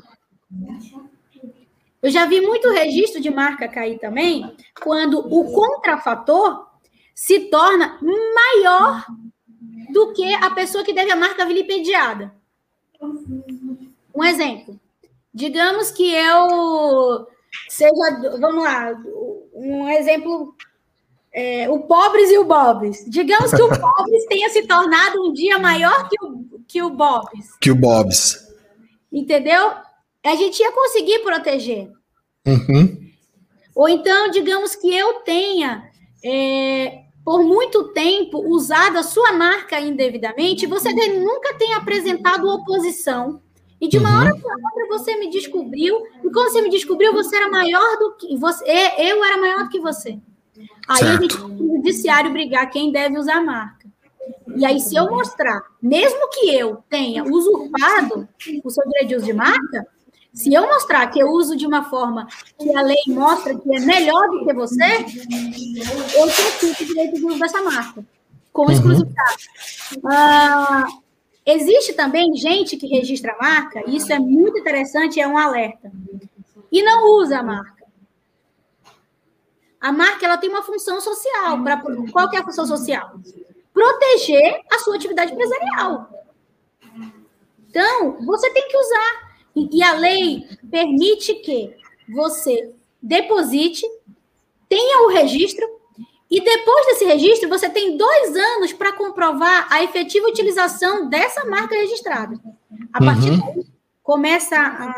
Eu já vi muito registro de marca cair também, quando o contrafator se torna maior do que a pessoa que deve a marca vilipendiada. Um exemplo. Digamos que eu seja, vamos lá, um exemplo, o Pobres e o Bobs. Digamos que o Pobres tenha se tornado um dia maior que o Bobs. Que o Bobs. Entendeu? A gente ia conseguir proteger. Ou então, digamos que eu tenha, por muito tempo, usado a sua marca indevidamente, você nunca tenha apresentado oposição, e de uma hora para outra você me descobriu, e quando você me descobriu, você era maior do que você, eu era maior do que você. Aí a gente tem o judiciário brigar quem deve usar a marca. E aí, se eu mostrar, mesmo que eu tenha usurpado o seu direito de uso de marca, se eu mostrar que eu uso de uma forma que a lei mostra que é melhor do que você, eu tenho o direito de uso dessa marca, com exclusividade. Existe também gente que registra a marca, e isso é muito interessante, é um alerta, e não usa a marca. A marca, ela tem uma função social. Qual que é a função social? Proteger a sua atividade empresarial. Então, você tem que usar. E a lei permite que você deposite, tenha o registro, e depois desse registro, você tem 2 anos para comprovar a efetiva utilização dessa marca registrada. A partir daí, começa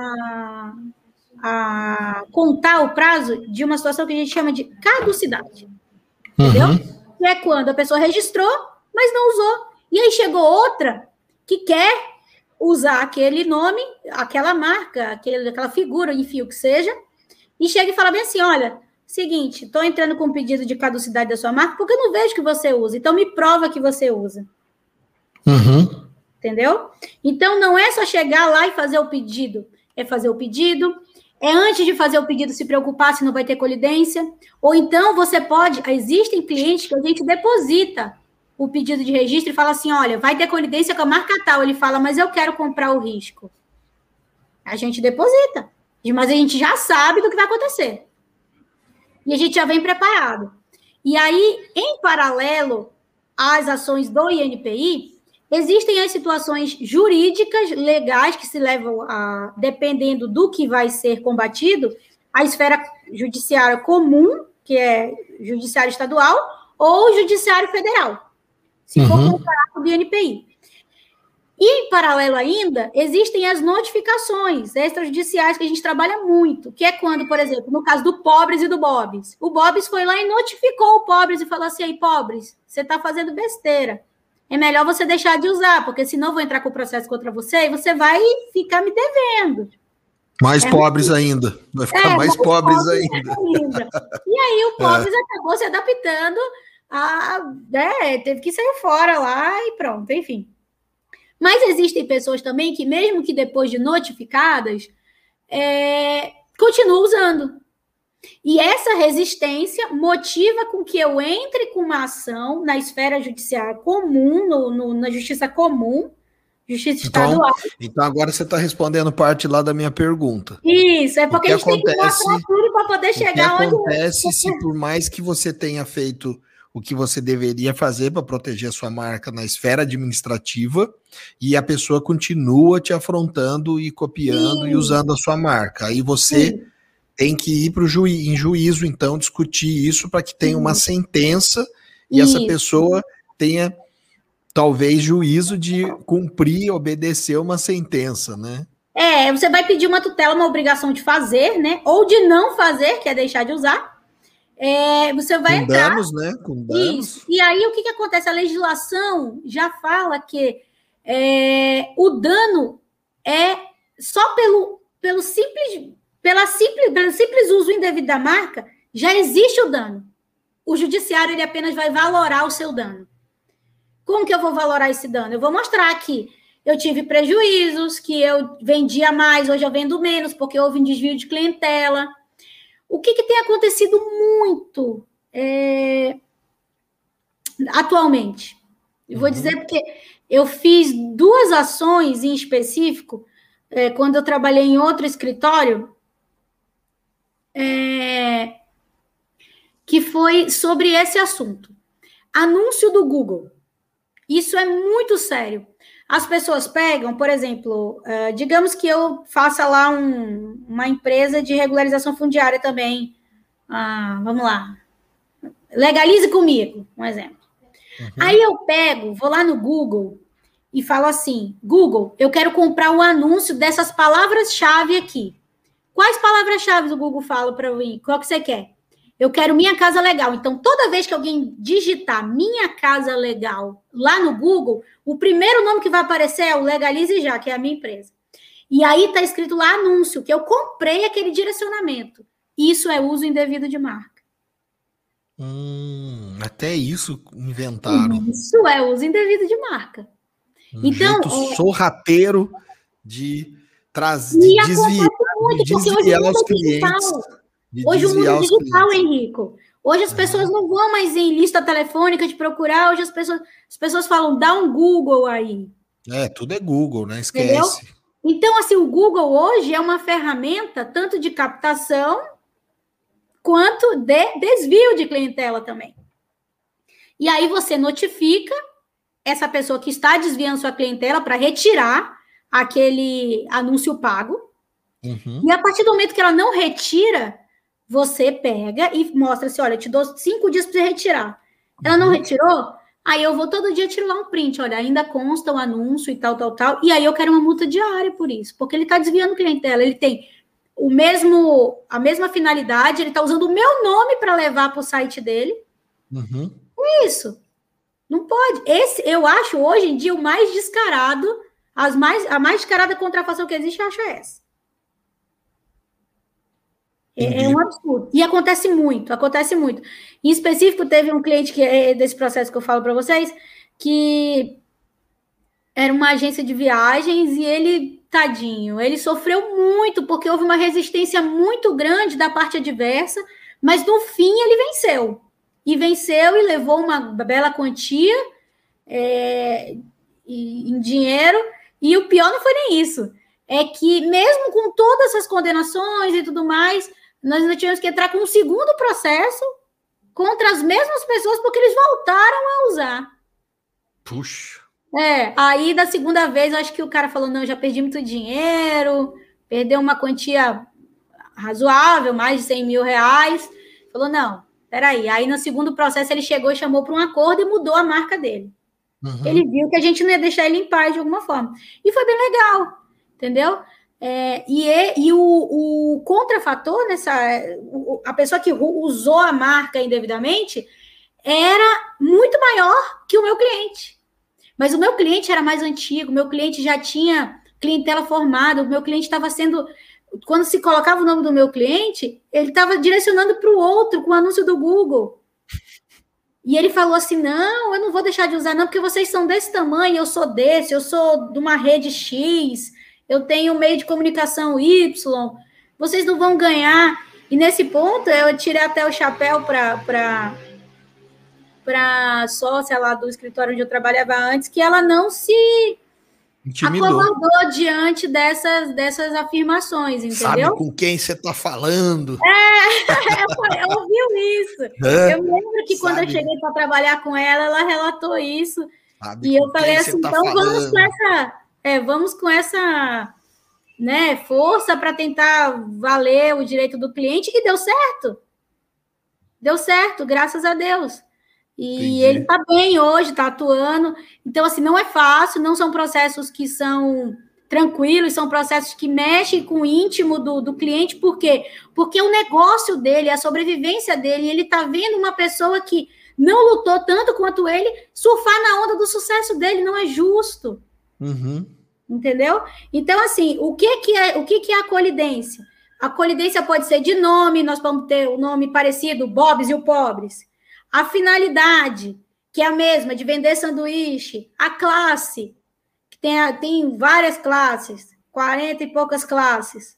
a contar o prazo de uma situação que a gente chama de caducidade. Entendeu? Que é quando a pessoa registrou, mas não usou. E aí chegou outra que quer usar aquele nome, aquela marca, aquela figura, enfim, o que seja, e chega e fala bem assim, olha, seguinte, estou entrando com um pedido de caducidade da sua marca porque eu não vejo que você usa, então me prova que você usa. Entendeu? Então, não é só chegar lá e fazer o pedido, é fazer o pedido, é antes de fazer o pedido se preocupar se não vai ter colidência, ou então você pode, existem clientes que a gente deposita o pedido de registro e fala assim, olha, vai ter colidência com a marca tal. Ele fala, mas eu quero comprar o risco. A gente deposita, mas a gente já sabe do que vai acontecer. E a gente já vem preparado. E aí, em paralelo às ações do INPI, existem as situações jurídicas, legais, que se levam a, dependendo do que vai ser combatido, a esfera judiciária comum, que é judiciário estadual, ou judiciário federal, se for comparado do INPI. E, em paralelo ainda, existem as notificações extrajudiciais que a gente trabalha muito, que é quando, por exemplo, no caso do Pobres e do Bobs, o Bobs foi lá e notificou o Pobres e falou assim, aí, Pobres, você está fazendo besteira. É melhor você deixar de usar, porque senão eu vou entrar com o processo contra você e você vai ficar me devendo. Mais pobres ainda. Vai ficar mais pobres ainda. E aí o Pobres acabou se adaptando, teve que sair fora lá e pronto, enfim. Mas existem pessoas também que, mesmo que depois de notificadas, continuam usando. E essa resistência motiva com que eu entre com uma ação na esfera judiciária comum, na justiça comum, Justiça estadual. Então agora você está respondendo parte lá da minha pergunta. Isso, é porque a gente tem que mostrar tudo para poder chegar onde... O que acontece se por mais que você tenha feito o que você deveria fazer para proteger a sua marca na esfera administrativa e a pessoa continua te afrontando e copiando e usando a sua marca. Aí você tem que ir para em juízo, então, discutir isso para que tenha uma sentença e essa pessoa tenha talvez juízo de cumprir, obedecer uma sentença, né? Você vai pedir uma tutela, uma obrigação de fazer, né? Ou de não fazer, que é deixar de usar. Você vai com entrar... danos, né? Com danos. Isso. E aí, o que acontece? A legislação já fala que o dano é só pelo simples uso indevido da marca, já existe o dano. O judiciário, ele apenas vai valorar o seu dano. Como que eu vou valorar esse dano? Eu vou mostrar que eu tive prejuízos, que eu vendia mais, hoje eu vendo menos, porque houve um desvio de clientela. O que tem acontecido muito atualmente? Eu vou dizer porque eu fiz 2 ações em específico, quando eu trabalhei em outro escritório, que foi sobre esse assunto. Anúncio do Google. Isso é muito sério. As pessoas pegam, por exemplo, digamos que eu faça lá uma empresa de regularização fundiária também. Vamos lá. Legalize comigo, um exemplo. Aí eu vou lá no Google e falo assim, Google, eu quero comprar um anúncio dessas palavras-chave aqui. Quais palavras-chave o Google fala para mim? Qual que você quer? Eu quero Minha Casa Legal. Então, toda vez que alguém digitar Minha Casa Legal lá no Google, o primeiro nome que vai aparecer é o Legalize Já, que é a minha empresa. E aí está escrito lá anúncio, que eu comprei aquele direcionamento. Isso é uso indevido de marca. Até isso inventaram. Isso é uso indevido de marca. Então, jeito sorrateiro de desviar os clientes. Hoje o mundo é digital, Henrico. Hoje as pessoas não vão mais em lista telefônica de procurar. Hoje as pessoas falam, dá um Google aí. Tudo é Google, né? Esquece. Entendeu? Então, assim, o Google hoje é uma ferramenta tanto de captação quanto de desvio de clientela também. E aí você notifica essa pessoa que está desviando sua clientela para retirar aquele anúncio pago. E a partir do momento que ela não retira, você pega e mostra assim, olha, eu te dou 5 dias para você retirar. Ela não retirou? Aí eu vou todo dia tirar um print, olha, ainda consta o anúncio e tal, e aí eu quero uma multa diária por isso, porque ele está desviando clientela, ele tem a mesma finalidade, ele está usando o meu nome para levar para o site dele. É isso. Não pode. Eu acho, hoje em dia, o mais descarado, a mais descarada contrafação que existe, eu acho essa. É um absurdo. E acontece muito. Em específico, teve um cliente desse processo que eu falo para vocês, que era uma agência de viagens e ele, tadinho, ele sofreu muito porque houve uma resistência muito grande da parte adversa, mas no fim ele venceu. E levou uma bela quantia em dinheiro. E o pior não foi nem isso. É que mesmo com todas essas condenações e tudo mais, nós ainda tivemos que entrar com um segundo processo contra as mesmas pessoas porque eles voltaram a usar. Puxa. Aí da segunda vez, eu acho que o cara falou, não, já perdi muito dinheiro, perdeu uma quantia razoável, mais de 100 mil reais. Falou, não, peraí. Aí no segundo processo ele chegou e chamou para um acordo e mudou a marca dele. Ele viu que a gente não ia deixar ele em paz de alguma forma. E foi bem legal, entendeu? O contrafator, a pessoa que usou a marca indevidamente, era muito maior que o meu cliente. Mas o meu cliente era mais antigo, o meu cliente já tinha clientela formada, o meu cliente estava sendo... Quando se colocava o nome do meu cliente, ele estava direcionando para o outro com o anúncio do Google. E ele falou assim, não, eu não vou deixar de usar não, porque vocês são desse tamanho, eu sou desse, eu sou de uma rede X, eu tenho um meio de comunicação Y, vocês não vão ganhar. E nesse ponto, eu tirei até o chapéu para sócia lá do escritório onde eu trabalhava antes, que ela não se Intimidou. acovardou diante dessas afirmações, entendeu? Sabe com quem você está falando? Ouviu isso. Eu me lembro que quando eu cheguei para trabalhar com ela, ela relatou isso. E eu falei assim, então vamos com essa né, força para tentar valer o direito do cliente, e deu certo. Deu certo, graças a Deus. E Entendi. Ele está bem hoje, está atuando. Então, assim, não é fácil, não são processos que são tranquilos, são processos que mexem com o íntimo do cliente. Por quê? Porque o negócio dele, a sobrevivência dele, ele está vendo uma pessoa que não lutou tanto quanto ele surfar na onda do sucesso dele, não é justo. Uhum. Entendeu? Então, assim, o que é a colidência? A colidência pode ser de nome, nós vamos ter o nome parecido, Bob's e o Pobres. A finalidade, que é a mesma, de vender sanduíche. A classe, que tem várias classes, 40 e poucas classes.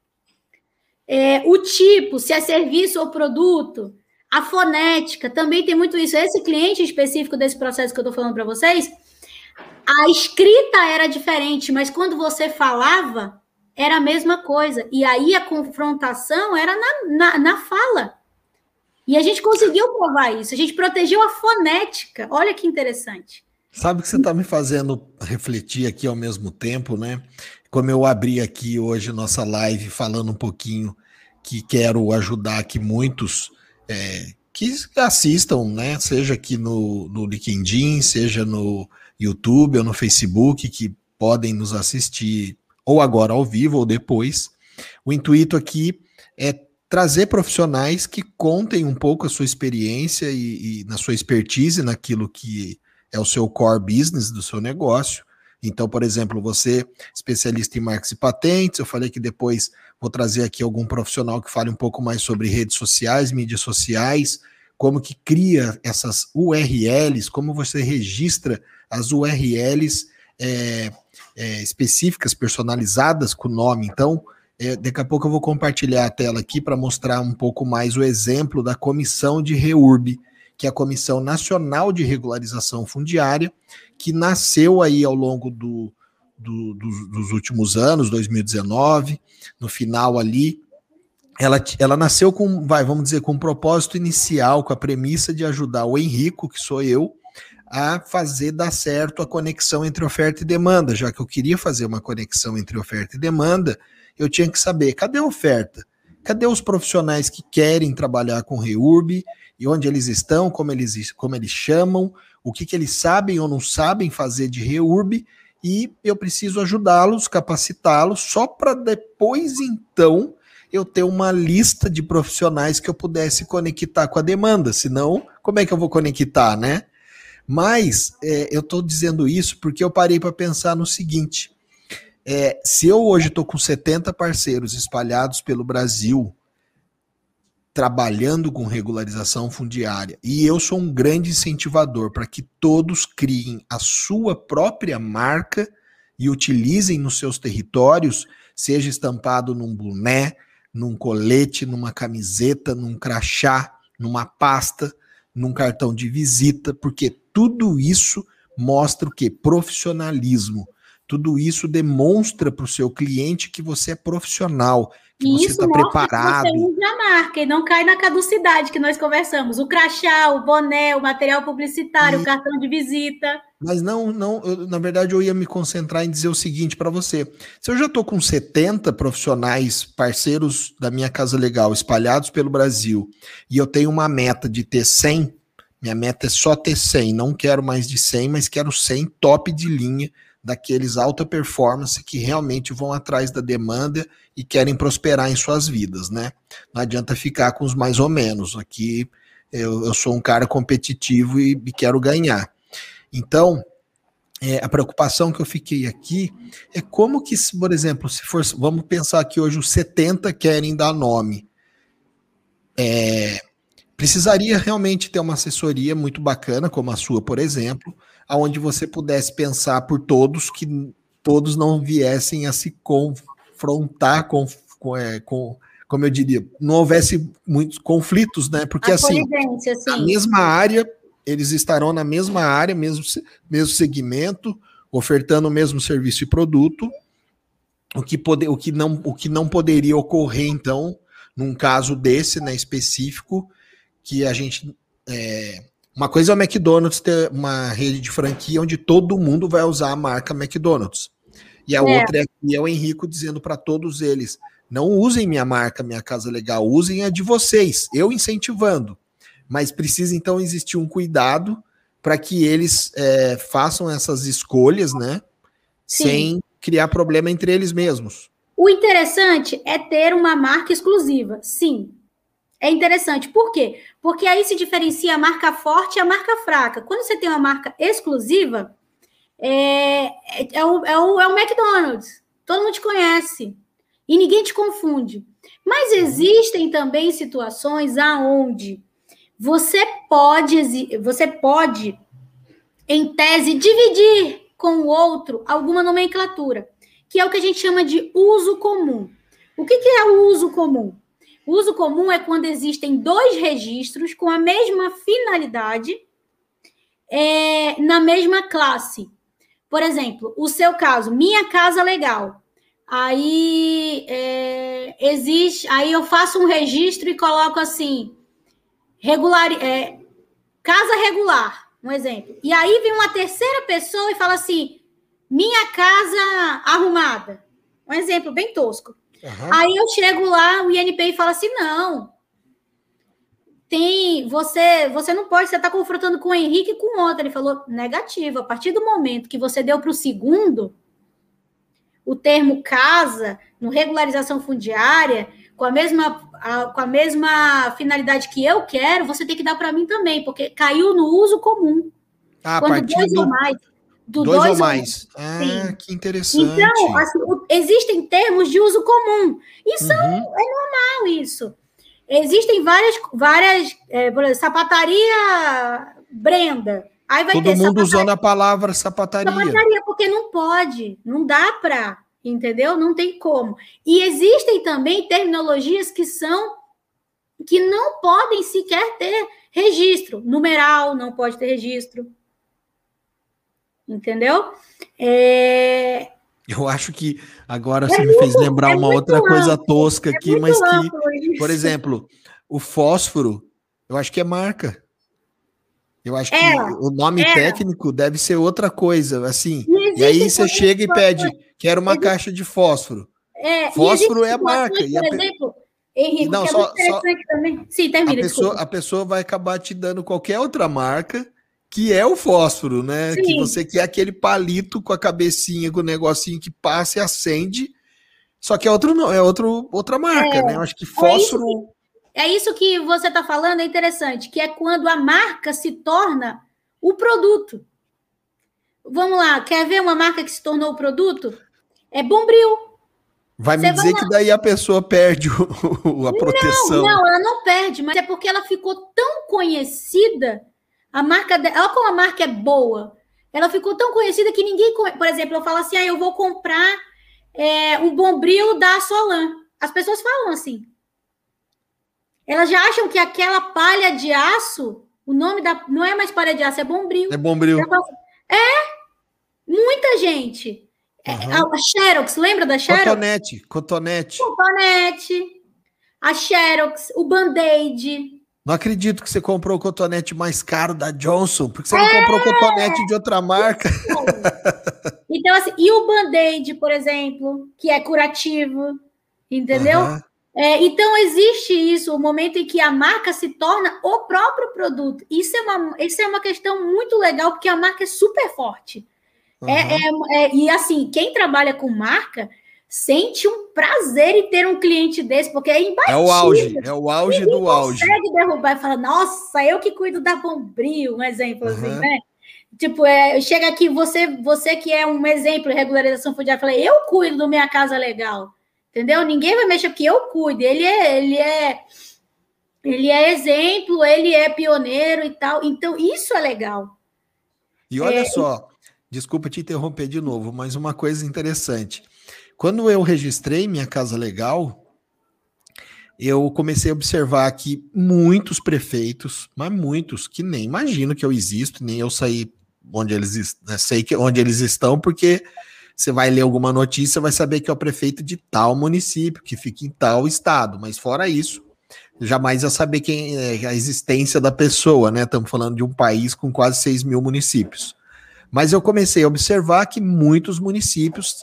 O tipo, se é serviço ou produto. A fonética, também tem muito isso. Esse cliente específico desse processo que eu estou falando para vocês, a escrita era diferente, mas quando você falava, era a mesma coisa. E aí a confrontação era na fala. E a gente conseguiu provar isso. A gente protegeu a fonética. Olha que interessante. Sabe que você está me fazendo refletir aqui ao mesmo tempo, né? Como eu abri aqui hoje nossa live falando um pouquinho que quero ajudar aqui muitos que assistam, né? Seja aqui no LinkedIn, seja no YouTube ou no Facebook, que podem nos assistir ou agora ao vivo ou depois. O intuito aqui é trazer profissionais que contem um pouco a sua experiência e na sua expertise naquilo que é o seu core business do seu negócio. Então, por exemplo, você, especialista em marcas e patentes, eu falei que depois vou trazer aqui algum profissional que fale um pouco mais sobre redes sociais, mídias sociais, como que cria essas URLs, como você registra as URLs específicas, personalizadas com o nome. Então, daqui a pouco eu vou compartilhar a tela aqui para mostrar um pouco mais o exemplo da comissão de REURB, que é a Comissão Nacional de Regularização Fundiária, que nasceu aí ao longo dos últimos anos, 2019, no final ali. Ela nasceu vamos dizer, com um propósito inicial, com a premissa de ajudar o Henrico, que sou eu, a fazer dar certo a conexão entre oferta e demanda. Já que eu queria fazer uma conexão entre oferta e demanda, eu tinha que saber, cadê a oferta? Cadê os profissionais que querem trabalhar com REURB e onde eles estão, como eles chamam, o que eles sabem ou não sabem fazer de REURB, e eu preciso ajudá-los, capacitá-los, só para depois, então, eu ter uma lista de profissionais que eu pudesse conectar com a demanda, senão, como é que eu vou conectar, né? Mas eu estou dizendo isso porque eu parei para pensar no seguinte, se eu hoje estou com 70 parceiros espalhados pelo Brasil, trabalhando com regularização fundiária, e eu sou um grande incentivador para que todos criem a sua própria marca e utilizem nos seus territórios, seja estampado num boné, num colete, numa camiseta, num crachá, numa pasta, num cartão de visita, porque tudo isso mostra o quê? Profissionalismo. Tudo isso demonstra para o seu cliente que você é profissional, que você está preparado. Que você usa a marca e não cai na caducidade que nós conversamos. O crachá, o boné, o material publicitário, o cartão de visita. Mas na verdade eu ia me concentrar em dizer o seguinte para você. Se eu já estou com 70 profissionais, parceiros da minha Casa Legal, espalhados pelo Brasil, e eu tenho uma meta de ter 100, minha meta é só ter 100, não quero mais de 100, mas quero 100 top de linha, daqueles alta performance que realmente vão atrás da demanda e querem prosperar em suas vidas, né? Não adianta ficar com os mais ou menos. Aqui eu sou um cara competitivo e quero ganhar. Então, a preocupação que eu fiquei aqui é como que, por exemplo, se for, vamos pensar que hoje os 70 querem dar nome. Precisaria realmente ter uma assessoria muito bacana, como a sua, por exemplo, onde você pudesse pensar por todos, que todos não viessem a se confrontar com como eu diria, não houvesse muitos conflitos, né? Porque assim, a mesma área, eles estarão na mesma área, mesmo segmento, ofertando o mesmo serviço e produto, o que não poderia ocorrer, então, num caso desse, né, específico, que a gente... uma coisa é o McDonald's ter uma rede de franquia onde todo mundo vai usar a marca McDonald's. E a outra é o Henrico dizendo para todos eles, não usem minha marca, Minha Casa Legal, usem a de vocês, eu incentivando. Mas precisa, então, existir um cuidado para que eles façam essas escolhas, né? Sim. Sem criar problema entre eles mesmos. O interessante é ter uma marca exclusiva, sim. É interessante. Por quê? Porque aí se diferencia a marca forte e a marca fraca. Quando você tem uma marca exclusiva, é o McDonald's. Todo mundo te conhece. E ninguém te confunde. Mas existem também situações aonde você pode, em tese, dividir com o outro alguma nomenclatura, que é o que a gente chama de uso comum. O que é o uso comum? O uso comum é quando existem 2 registros com a mesma finalidade na mesma classe. Por exemplo, o seu caso, Minha Casa Legal. Aí aí eu faço um registro e coloco assim, casa regular, um exemplo. E aí vem uma terceira pessoa e fala assim, Minha Casa Arrumada. Um exemplo bem tosco. Uhum. Aí eu chego lá, o INPI fala assim, não, você não pode, você está confrontando com o Henrique e com outro. Ele falou, negativo, a partir do momento que você deu para o segundo, o termo casa, no regularização fundiária, com a mesma finalidade que eu quero, você tem que dar para mim também, porque caiu no uso comum. Quando 2 ou mais. Dois ou mais. Sim. Que interessante. Então, assim, existem termos de uso comum. Isso é normal, isso. Existem várias por exemplo, sapataria Brenda. Aí vai todo mundo usando a palavra sapataria. Sapataria, porque não pode, não dá para, entendeu? Não tem como. E existem também terminologias que não podem sequer ter registro. Numeral não pode ter registro. Entendeu? Eu acho que agora você me fez lembrar uma outra coisa tosca aqui, mas que, por exemplo, o fósforo, eu acho que é marca. Eu acho que o nome técnico deve ser outra coisa, assim. E aí você chega e pede, quero uma caixa de fósforo. Fósforo é a marca. Por exemplo, Henrique, não, que é muito interessante também. Sim, termina, a pessoa vai acabar te dando qualquer outra marca, que é o fósforo, né? Sim. Que você quer aquele palito com a cabecinha, com o negocinho que passa e acende, só que é outra marca, né? Eu acho que fósforo... É isso que você está falando, é interessante, que é quando a marca se torna o produto. Vamos lá, quer ver uma marca que se tornou o produto? É Bombril. Vai me dizer que daí a pessoa perde a proteção. Não, ela não perde, mas é porque ela ficou tão conhecida, a marca dela, olha como a marca é boa, ela ficou tão conhecida que ninguém... Por exemplo, eu falo assim, eu vou comprar um Bombril da Solan. As pessoas falam assim. Elas já acham que aquela palha de aço, o nome não é mais palha de aço, é Bombril. É Bombril. Muita gente. A Xerox, lembra da Xerox? Cotonete. A Xerox, o Band-Aid. Não acredito que você comprou o cotonete mais caro da Johnson, porque você não comprou cotonete de outra marca. Então, assim, e o Band-Aid, por exemplo, que é curativo, entendeu? Então, existe isso, o momento em que a marca se torna o próprio produto. Isso é uma questão muito legal, porque a marca é super forte. E, assim, quem trabalha com marca sente um prazer em ter um cliente desse, porque é imbatível. É o auge do auge. Consegue derrubar e falar, nossa, eu que cuido da Bombril, um exemplo assim, né? Tipo, chega aqui, você que é um exemplo de regularização fundiária, fala, eu cuido da Minha Casa Legal. Entendeu? Ninguém vai mexer porque eu cuido. Ele é exemplo, ele é pioneiro e tal. Então, isso é legal. E olha só, desculpa te interromper de novo, mas uma coisa interessante. Quando eu registrei Minha Casa Legal, eu comecei a observar que muitos prefeitos, mas muitos, que nem imagino que eu existo, nem eu saí onde eles, né, sei que onde eles estão, porque você vai ler alguma notícia, vai saber que é o prefeito de tal município, que fica em tal estado, mas fora isso, jamais ia saber quem é a existência da pessoa, né? Estamos falando de um país com quase 6 mil municípios. Mas eu comecei a observar que muitos municípios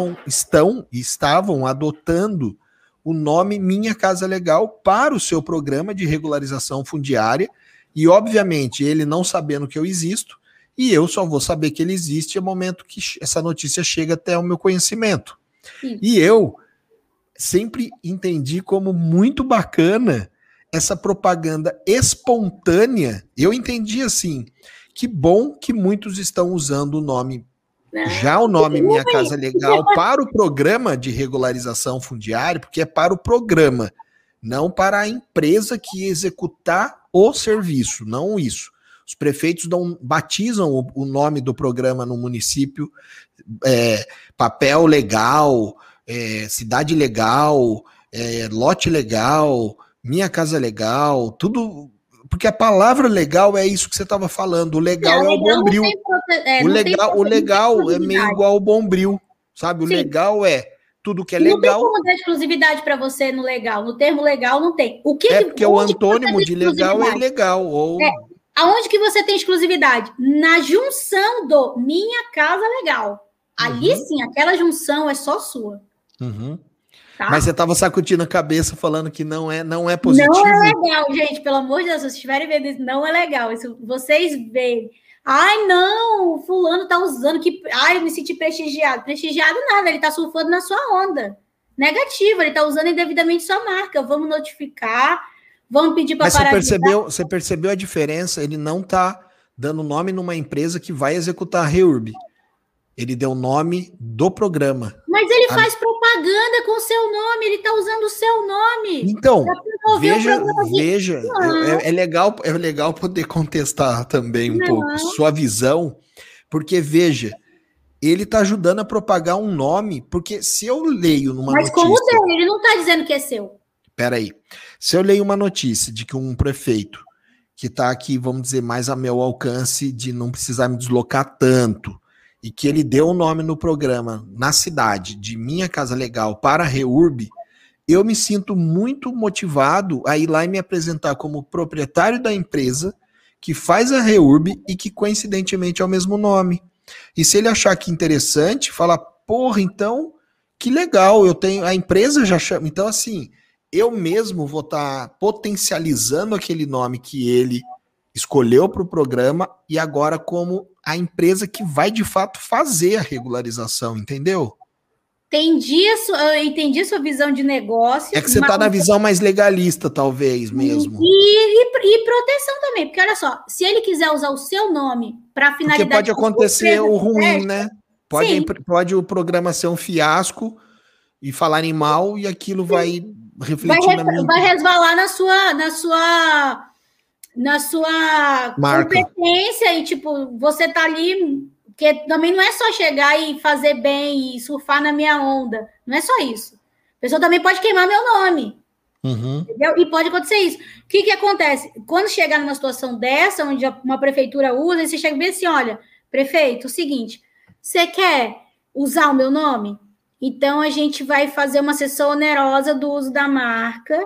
estavam adotando o nome Minha Casa Legal para o seu programa de regularização fundiária, e obviamente ele não sabendo que eu existo, e eu só vou saber que ele existe no momento que essa notícia chega até o meu conhecimento. Sim. E eu sempre entendi como muito bacana essa propaganda espontânea. Eu entendi assim, que bom que muitos estão usando o nome, já o nome Minha Casa Legal, para o programa de regularização fundiária, porque é para o programa, não para a empresa que executar o serviço, não isso. Os prefeitos batizam o nome do programa no município, papel legal, cidade legal, lote legal, Minha Casa Legal, tudo, porque a palavra legal é isso que você estava falando, o legal é o Bombril. O legal é meio igual ao Bombril, sabe? O Sim. é tudo que é legal. Não tem como dar exclusividade para você no legal, no termo legal não tem. Porque o antônimo de legal é ilegal. Ou... Aonde que você tem exclusividade? Na junção do Minha Casa Legal. Ali sim, aquela junção é só sua. Tá? Mas você estava sacudindo a cabeça falando que não é positivo. Não é legal, gente, pelo amor de Deus, se estiverem vendo isso, não é legal. Isso, vocês veem. Ai, não, fulano tá usando, eu me senti prestigiado. Prestigiado nada, ele tá surfando na sua onda. Negativo, ele tá usando indevidamente sua marca. Vamos notificar, vamos pedir para parar. Mas você percebeu a diferença? Ele não tá dando nome numa empresa que vai executar a REURB. Ele deu o nome do programa. Mas ele faz propaganda com o seu nome, ele está usando o seu nome. Então, veja, é legal poder contestar também um pouco sua visão, porque veja, ele está ajudando a propagar um nome, porque se eu leio numa notícia... Mas como dele, ele não está dizendo que é seu. Peraí, se eu leio uma notícia de que um prefeito que está aqui, vamos dizer, mais a meu alcance, de não precisar me deslocar tanto, e que ele deu o nome no programa, na cidade, de Minha Casa Legal para a REURB, eu me sinto muito motivado a ir lá e me apresentar como proprietário da empresa que faz a REURB e que coincidentemente é o mesmo nome. E se ele achar que interessante, falar, porra, então, que legal, eu tenho, a empresa já chama. Então, assim, eu mesmo vou estar potencializando aquele nome que ele escolheu para o programa e agora como a empresa que vai de fato fazer a regularização, entendeu? Eu entendi a sua visão de negócio. É que você está na visão mais legalista, talvez, mesmo. E proteção também, porque olha só, se ele quiser usar o seu nome para finalidade... Porque pode acontecer o ruim, né? Pode o programa ser um fiasco e falarem mal e aquilo vai refletir na minha... Vai resvalar na sua marca. Competência e, tipo, você tá ali... Porque também não é só chegar e fazer bem e surfar na minha onda. Não é só isso. A pessoa também pode queimar meu nome. Entendeu? E pode acontecer isso. O que acontece? Quando chegar numa situação dessa, onde uma prefeitura usa, você chega e diz assim, olha, prefeito, o seguinte, você quer usar o meu nome? Então, a gente vai fazer uma sessão onerosa do uso da marca.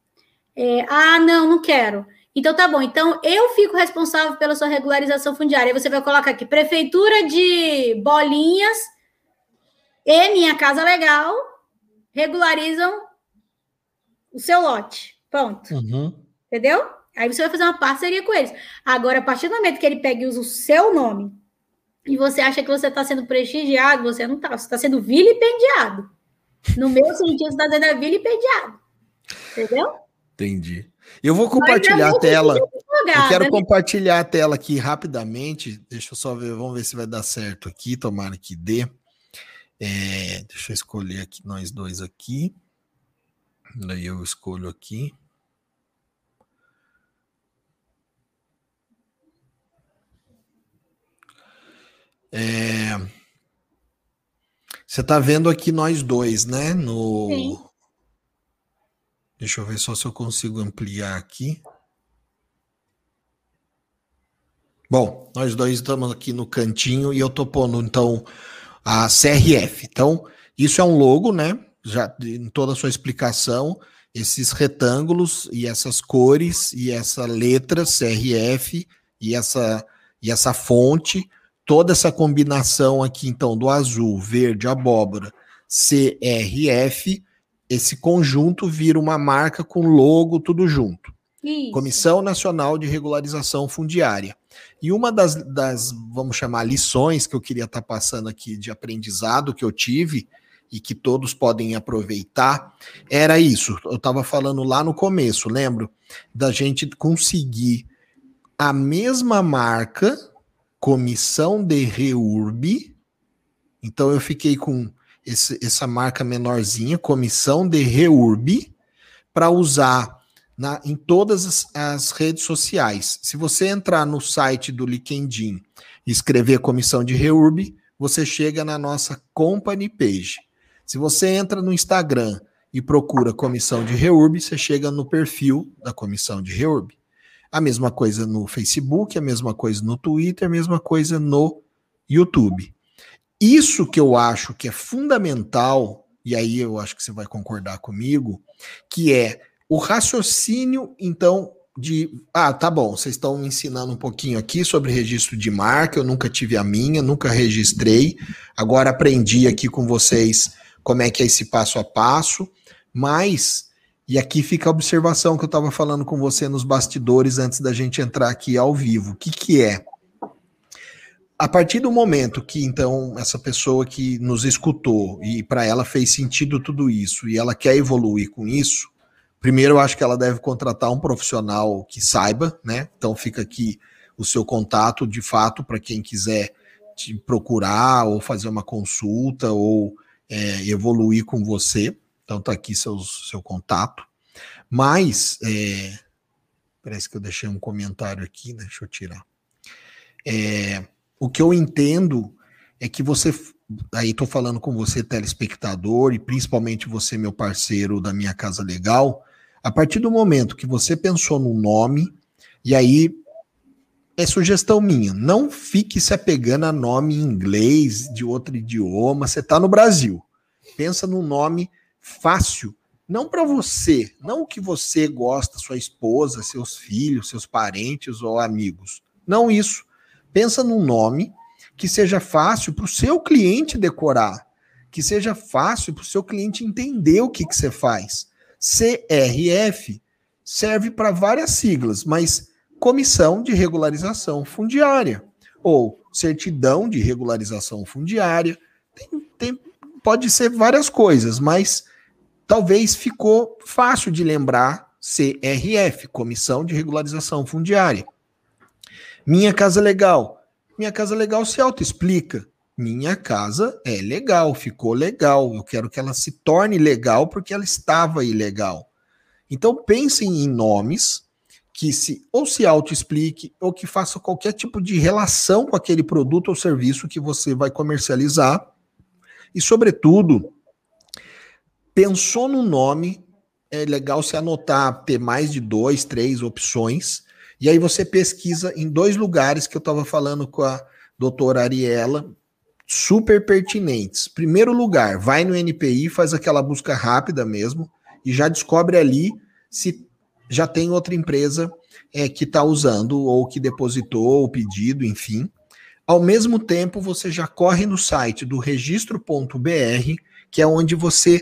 Não quero. Então, tá bom. Então, eu fico responsável pela sua regularização fundiária. Aí você vai colocar aqui, Prefeitura de Bolinhas e Minha Casa Legal regularizam o seu lote. Ponto. Entendeu? Aí você vai fazer uma parceria com eles. Agora, a partir do momento que ele pega e usa o seu nome e você acha que você está sendo prestigiado, você não está. Você está sendo vilipendiado. No meu sentido, você está sendo vilipendiado. Entendeu? Entendi. Eu vou compartilhar a tela. Eu quero compartilhar a tela aqui rapidamente. Deixa eu só ver, vamos ver se vai dar certo aqui. Tomara que dê. Deixa eu escolher aqui, nós dois aqui. Daí eu escolho aqui. Você está vendo aqui nós dois, né? Sim. Deixa eu ver só se eu consigo ampliar aqui. Bom, nós dois estamos aqui no cantinho e eu tô pondo, então, a CRF. Então, isso é um logo, né? Já em toda a sua explicação, esses retângulos e essas cores e essa letra CRF e essa fonte, toda essa combinação aqui, então, do azul, verde, abóbora, CRF, esse conjunto vira uma marca com logo, tudo junto. Isso. Comissão Nacional de Regularização Fundiária. E uma das, vamos chamar, lições que eu queria estar passando aqui de aprendizado que eu tive e que todos podem aproveitar, era isso. Eu estava falando lá no começo, lembro? Da gente conseguir a mesma marca, Comissão de REURB. Então eu fiquei com essa marca menorzinha, Comissão de REURB, para usar em todas as redes sociais. Se você entrar no site do LinkedIn e escrever Comissão de REURB, você chega na nossa company page. Se você entra no Instagram e procura Comissão de REURB, você chega no perfil da Comissão de REURB. A mesma coisa no Facebook, a mesma coisa no Twitter, a mesma coisa no YouTube. Isso que eu acho que é fundamental, e aí eu acho que você vai concordar comigo, que é o raciocínio, então, tá bom, vocês estão me ensinando um pouquinho aqui sobre registro de marca, eu nunca tive a minha, nunca registrei, agora aprendi aqui com vocês como é que é esse passo a passo, mas, e aqui fica a observação que eu estava falando com você nos bastidores antes da gente entrar aqui ao vivo, o que é? A partir do momento que, então, essa pessoa que nos escutou e para ela fez sentido tudo isso e ela quer evoluir com isso, primeiro, eu acho que ela deve contratar um profissional que saiba, né? Então fica aqui o seu contato, de fato, para quem quiser te procurar ou fazer uma consulta ou evoluir com você. Então tá aqui seu contato. Mas, parece que eu deixei um comentário aqui, deixa eu tirar. O que eu entendo é que você... Aí estou falando com você, telespectador, e principalmente você, meu parceiro da Minha Casa Legal, a partir do momento que você pensou no nome, e aí é sugestão minha, não fique se apegando a nome em inglês, de outro idioma, você está no Brasil. Pensa num nome fácil, não para você, não o que você gosta, sua esposa, seus filhos, seus parentes ou amigos. Não isso. Pensa num nome que seja fácil para o seu cliente decorar, que seja fácil para o seu cliente entender o que você faz. CRF serve para várias siglas, mas Comissão de Regularização Fundiária, ou Certidão de Regularização Fundiária, pode ser várias coisas, mas talvez ficou fácil de lembrar CRF, Comissão de Regularização Fundiária. Minha Casa Legal. Minha Casa Legal se autoexplica. Minha casa é legal, ficou legal. Eu quero que ela se torne legal porque ela estava ilegal. Então pensem em nomes que ou se autoexplique ou que faça qualquer tipo de relação com aquele produto ou serviço que você vai comercializar. E, sobretudo, pensou no nome, é legal se anotar, ter mais de 2, 3 opções. E aí você pesquisa em 2 lugares que eu estava falando com a doutora Ariela, super pertinentes. Primeiro lugar, vai no NPI, faz aquela busca rápida mesmo, e já descobre ali se já tem outra empresa que está usando, ou que depositou o pedido, enfim. Ao mesmo tempo, você já corre no site do registro.br, que é onde você,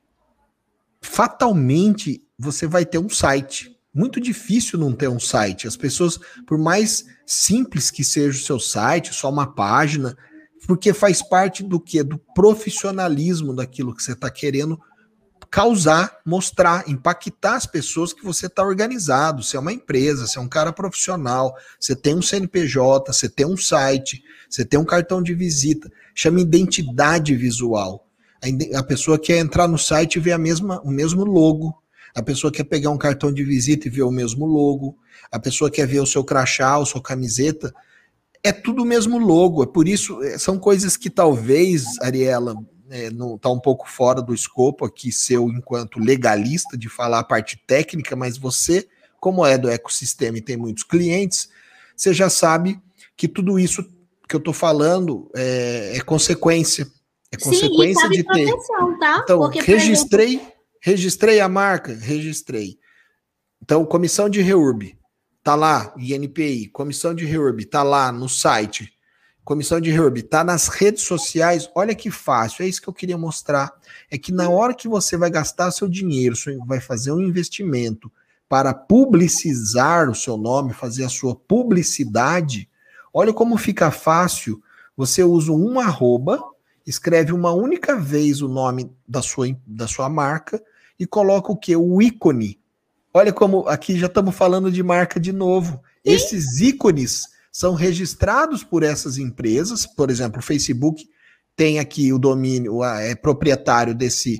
fatalmente, você vai ter um site. Muito difícil não ter um site. As pessoas, por mais simples que seja o seu site, só uma página, porque faz parte do quê? Do profissionalismo daquilo que você está querendo causar, mostrar, impactar as pessoas que você está organizado. Você é uma empresa, você é um cara profissional, você tem um CNPJ, você tem um site, você tem um cartão de visita. Chama identidade visual. A pessoa quer entrar no site e ver o mesmo logo. A pessoa quer pegar um cartão de visita e ver o mesmo logo. A pessoa quer ver o seu crachá, a sua camiseta. É tudo o mesmo logo. É por isso, são coisas que talvez, Ariela, não está um pouco fora do escopo aqui seu enquanto legalista de falar a parte técnica, mas você, como é do ecossistema e tem muitos clientes, você já sabe que tudo isso que eu estou falando é consequência. É Sim, e consequência cabe de ter. proteção, tá? Então, Porque, por exemplo, registrei a marca, registrei. Então, comissão de REURB, tá lá, INPI, comissão de REURB, tá lá no site. Comissão de REURB, tá nas redes sociais. Olha que fácil, é isso que eu queria mostrar. É que na hora que você vai gastar seu dinheiro, vai fazer um investimento para publicizar o seu nome, fazer a sua publicidade, olha como fica fácil. Você usa um arroba, escreve uma única vez o nome da sua marca e coloca o quê? O ícone. Olha como aqui já estamos falando de marca de novo. sim, Esses ícones são registrados por essas empresas. Por exemplo, o Facebook tem aqui o domínio, é proprietário desse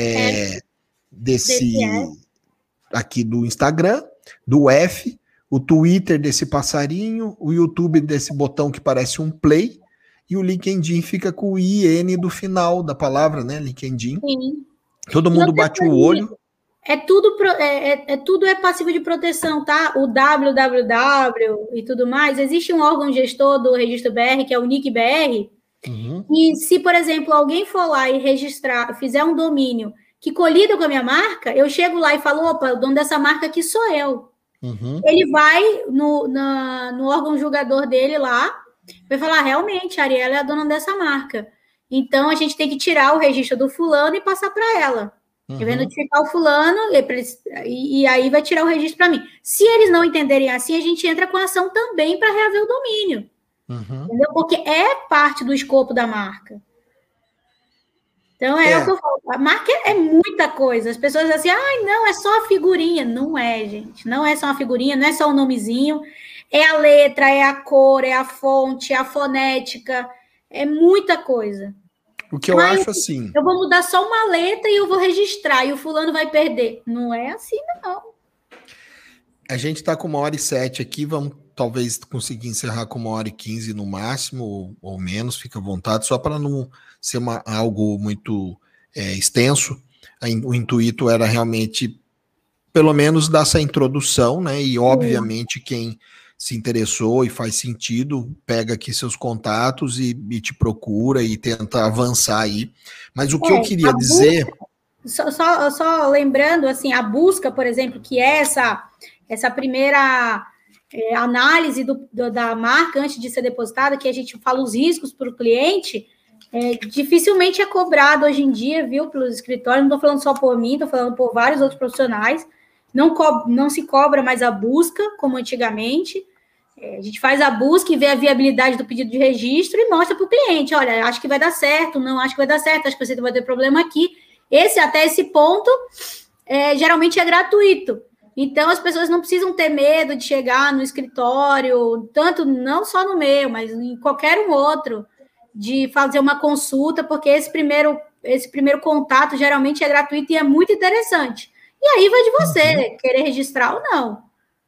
aqui do Instagram, do F, o Twitter desse passarinho, o YouTube desse botão que parece um play, e o LinkedIn fica com o IN do final da palavra, né? LinkedIn. sim. Todo mundo bate o olho. Tudo é passivo de proteção, tá? O www e tudo mais. Existe um órgão gestor do Registro BR, que é o NIC-BR, e se, por exemplo, alguém for lá e registrar, fizer um domínio que colida com a minha marca, eu chego lá e falo, opa, o dono dessa marca aqui sou eu. Ele vai no órgão julgador dele lá, vai falar, realmente, a Ariela é a dona dessa marca. Então, a gente tem que tirar o registro do fulano e passar para ela. Ele vai notificar o fulano e aí vai tirar o registro para mim. Se eles não entenderem assim, a gente entra com a ação também para reaver o domínio. Entendeu? Porque é parte do escopo da marca. Então, o que eu falo. A marca é muita coisa. As pessoas dizem assim, não, é só a figurinha. Não é, gente. Não é só uma figurinha, não é só o nomezinho. É a letra, é a cor, é a fonte, é a fonética. É muita coisa. O que eu acho assim... Eu vou mudar só uma letra e eu vou registrar, e o fulano vai perder. Não é assim, não. A gente está com 1h07 aqui, vamos talvez conseguir encerrar com 1h15 no máximo, ou menos, fica à vontade, só para não ser algo muito extenso. O intuito era realmente, pelo menos, dar essa introdução, né? E, obviamente, quem se interessou e faz sentido, pega aqui seus contatos e te procura e tenta avançar aí. Mas o que eu queria dizer... Só lembrando, assim, a busca, por exemplo, que é essa primeira análise da marca antes de ser depositada, que a gente fala os riscos para o cliente, dificilmente é cobrado hoje em dia, viu, pelos escritórios. Não estou falando só por mim, estou falando por vários outros profissionais. Não se cobra mais a busca, como antigamente. A gente faz a busca e vê a viabilidade do pedido de registro e mostra para o cliente, olha, acho que vai dar certo, não acho que vai dar certo, acho que você vai ter problema aqui. Até esse ponto, geralmente é gratuito. Então, as pessoas não precisam ter medo de chegar no escritório, tanto não só no meu, mas em qualquer um outro, de fazer uma consulta, porque esse primeiro contato geralmente é gratuito e é muito interessante. E aí vai de você querer registrar ou não.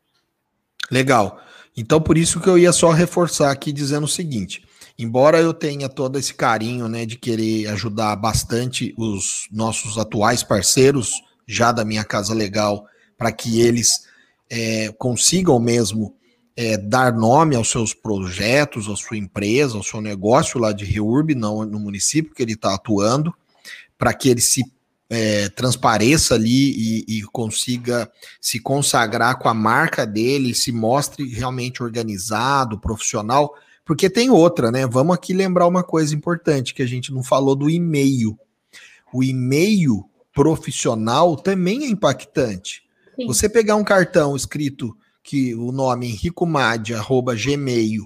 Legal. Então, por isso que eu ia só reforçar aqui dizendo o seguinte, embora eu tenha todo esse carinho, né, de querer ajudar bastante os nossos atuais parceiros, já da Minha Casa Legal, para que eles consigam mesmo dar nome aos seus projetos, à sua empresa, ao seu negócio lá de REURB, não no município que ele está atuando, para que ele se transpareça ali e consiga se consagrar com a marca dele, se mostre realmente organizado, profissional, porque tem outra, né? Vamos aqui lembrar uma coisa importante que a gente não falou do e-mail. O e-mail profissional também é impactante. Sim. Você pegar um cartão escrito que o nome henricomad@gmail,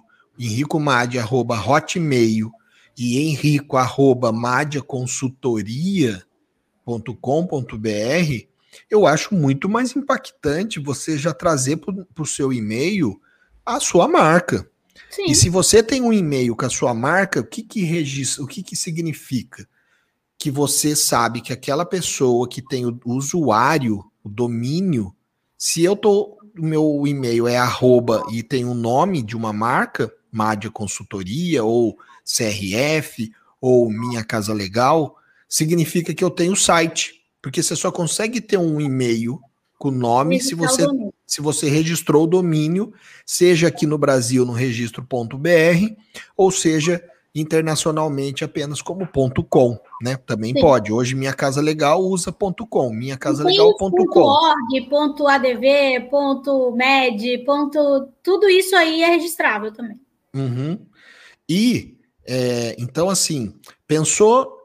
henricomad@hotmail e henrico@madiaconsultoria.com.br, eu acho muito mais impactante você já trazer para o seu e-mail a sua marca. Sim. E se você tem um e-mail com a sua marca, o que registra, o que significa? Que você sabe que aquela pessoa que tem o usuário, o domínio, se o meu e-mail é @ e tem o nome de uma marca, Mádia Consultoria, ou CRF, ou Minha Casa Legal, significa que eu tenho site, porque você só consegue ter um e-mail com o nome se você registrou o domínio, seja aqui no Brasil no registro.br, ou seja internacionalmente apenas como .com, né? Também Sim. Pode. Hoje Minha Casa Legal usa .com, minhacasalegal.com. .org, .adv, .med, tudo isso aí é registrável também. Uhum. E, então assim, pensou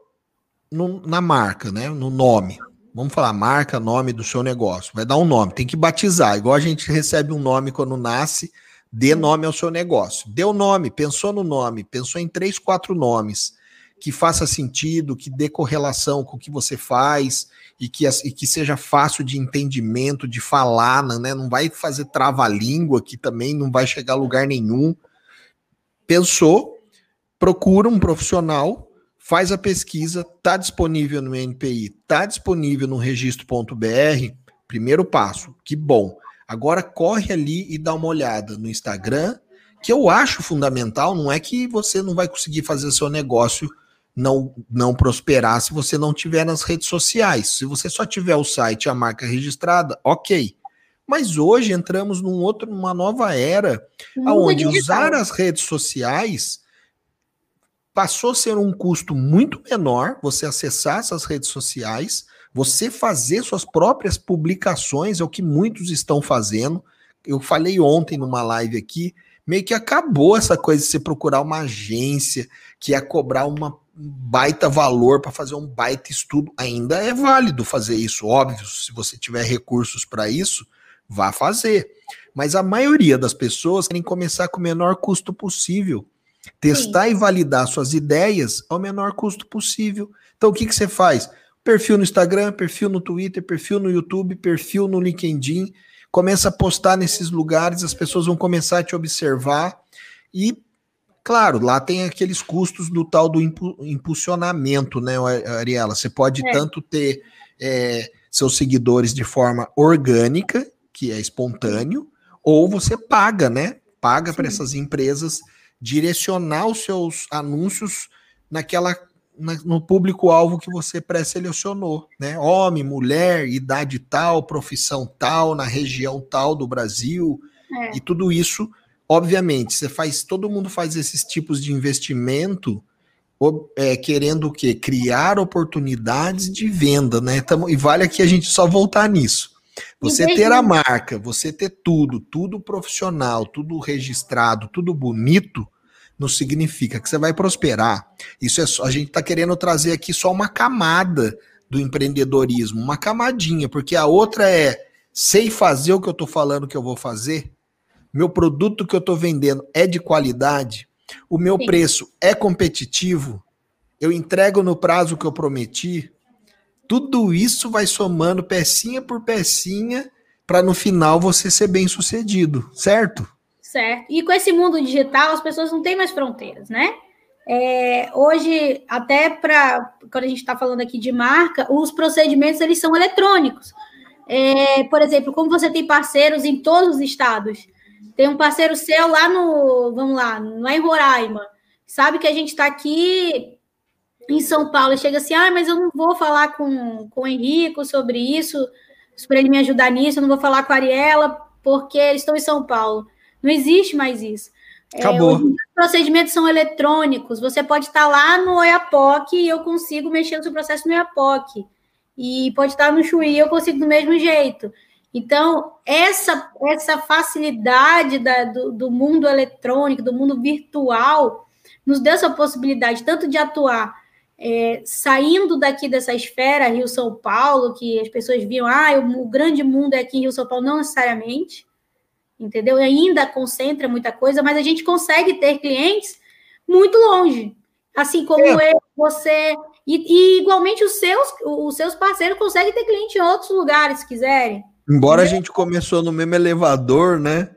na marca, né? No nome. Vamos falar marca, nome do seu negócio. Vai dar um nome, tem que batizar. Igual a gente recebe um nome quando nasce, dê nome ao seu negócio. Deu nome, pensou no nome, pensou em 3, 4 nomes que faça sentido, que dê correlação com o que você faz e que seja fácil de entendimento, de falar, né? Não vai fazer trava-língua, que também não vai chegar a lugar nenhum. Pensou, procura um profissional, faz a pesquisa, está disponível no NPI, está disponível no registro.br, primeiro passo, que bom. Agora corre ali e dá uma olhada no Instagram, que eu acho fundamental, não é que você não vai conseguir fazer seu negócio não prosperar se você não tiver nas redes sociais. Se você só tiver o site e a marca registrada, ok. Mas hoje entramos numa nova era, onde usar as redes sociais passou a ser um custo muito menor, você acessar essas redes sociais, você fazer suas próprias publicações, é o que muitos estão fazendo. Eu falei ontem numa live aqui, meio que acabou essa coisa de você procurar uma agência que ia cobrar um baita valor para fazer um baita estudo. Ainda é válido fazer isso, óbvio, se você tiver recursos para isso, vá fazer. Mas a maioria das pessoas querem começar com o menor custo possível. Testar Sim. E validar suas ideias ao menor custo possível. Então, o que você faz? Perfil no Instagram, perfil no Twitter, perfil no YouTube, perfil no LinkedIn. Começa a postar nesses lugares, as pessoas vão começar a te observar. E, claro, lá tem aqueles custos do tal do impulsionamento, né, Ariela? Você pode tanto ter seus seguidores de forma orgânica, que é espontâneo, ou você paga, né? Paga para essas empresas direcionar os seus anúncios no público-alvo que você pré-selecionou, né? Homem, mulher, idade tal, profissão tal, na região tal do Brasil, e tudo isso, obviamente, todo mundo faz esses tipos de investimento querendo o quê? Criar oportunidades de venda, né? E vale aqui a gente só voltar nisso. Você ter a marca, você ter tudo profissional, tudo registrado, tudo bonito, não significa que você vai prosperar. Isso a gente está querendo trazer aqui só uma camada do empreendedorismo, uma camadinha, porque a outra sei fazer o que eu estou falando que eu vou fazer, meu produto que eu estou vendendo é de qualidade, o meu preço é competitivo, eu entrego no prazo que eu prometi. Tudo isso vai somando pecinha por pecinha para no final você ser bem sucedido, certo? Certo. E com esse mundo digital, as pessoas não têm mais fronteiras, né? Hoje, até quando a gente está falando aqui de marca, os procedimentos eles são eletrônicos. Por exemplo, como você tem parceiros em todos os estados, tem um parceiro seu lá lá em Roraima, sabe que a gente está aqui em São Paulo, chega assim, mas eu não vou falar com o Henrico sobre isso, para ele me ajudar nisso, eu não vou falar com a Ariela, porque eles estão em São Paulo. Não existe mais isso. Acabou. Os procedimentos são eletrônicos, você pode estar lá no Oiapoque e eu consigo mexer no seu processo no Oiapoque. E pode estar no Chuí, eu consigo do mesmo jeito. Então, essa facilidade do mundo eletrônico, do mundo virtual, nos deu essa possibilidade tanto de atuar saindo daqui dessa esfera Rio-São Paulo, que as pessoas viam, o grande mundo é aqui em Rio-São Paulo, não necessariamente, entendeu? E ainda concentra muita coisa, mas a gente consegue ter clientes muito longe, assim como você, e igualmente os seus parceiros conseguem ter cliente em outros lugares, se quiserem. Embora a gente começou no mesmo elevador, né?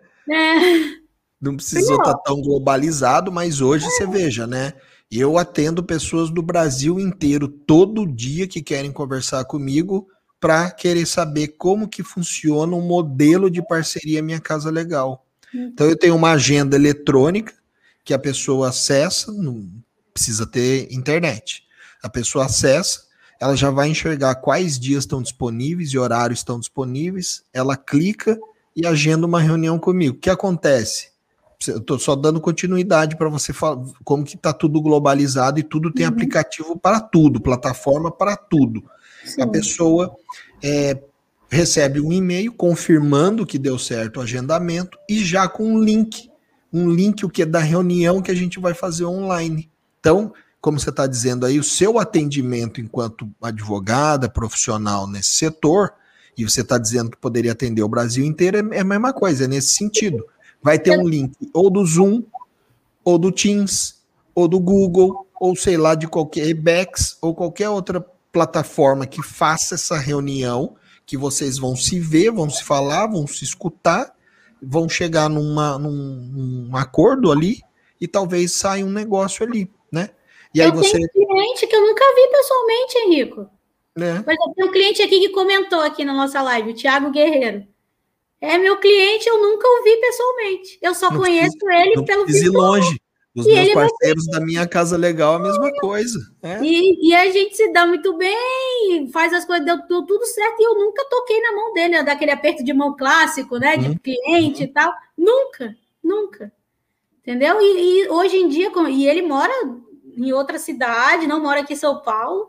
Não precisou estar tão globalizado, mas hoje você veja, né? Eu atendo pessoas do Brasil inteiro todo dia que querem conversar comigo para querer saber como que funciona um modelo de parceria Minha Casa Legal. Então eu tenho uma agenda eletrônica que a pessoa acessa, não precisa ter internet. A pessoa acessa, ela já vai enxergar quais dias estão disponíveis e horários estão disponíveis, ela clica e agenda uma reunião comigo. O que acontece? Eu estou só dando continuidade para você falar como que está tudo globalizado e tudo tem aplicativo para tudo, plataforma para tudo. Sim. A pessoa recebe um e-mail confirmando que deu certo o agendamento e já com um link o que é da reunião que a gente vai fazer online. Então, como você está dizendo aí, o seu atendimento enquanto advogada, profissional nesse setor, e você está dizendo que poderia atender o Brasil inteiro, é a mesma coisa, é nesse sentido. Vai ter um link ou do Zoom, ou do Teams, ou do Google, ou sei lá, de qualquer Webex, ou qualquer outra plataforma que faça essa reunião, que vocês vão se ver, vão se falar, vão se escutar, vão chegar num acordo ali, e talvez saia um negócio ali, né? E aí tenho um cliente que eu nunca vi pessoalmente, Henrico. Mas eu tenho um cliente aqui que comentou aqui na nossa live, o Thiago Guerreiro. É meu cliente, eu nunca o vi pessoalmente. Eu só conheço ele pelo Facebook. Longe. Os meus parceiros da minha casa legal, a mesma coisa. E a gente se dá muito bem, faz as coisas, deu tudo certo, e eu nunca toquei na mão dele, daquele aperto de mão clássico, né? De cliente e tal. Nunca. Entendeu? E hoje em dia, e ele mora em outra cidade, não mora aqui em São Paulo,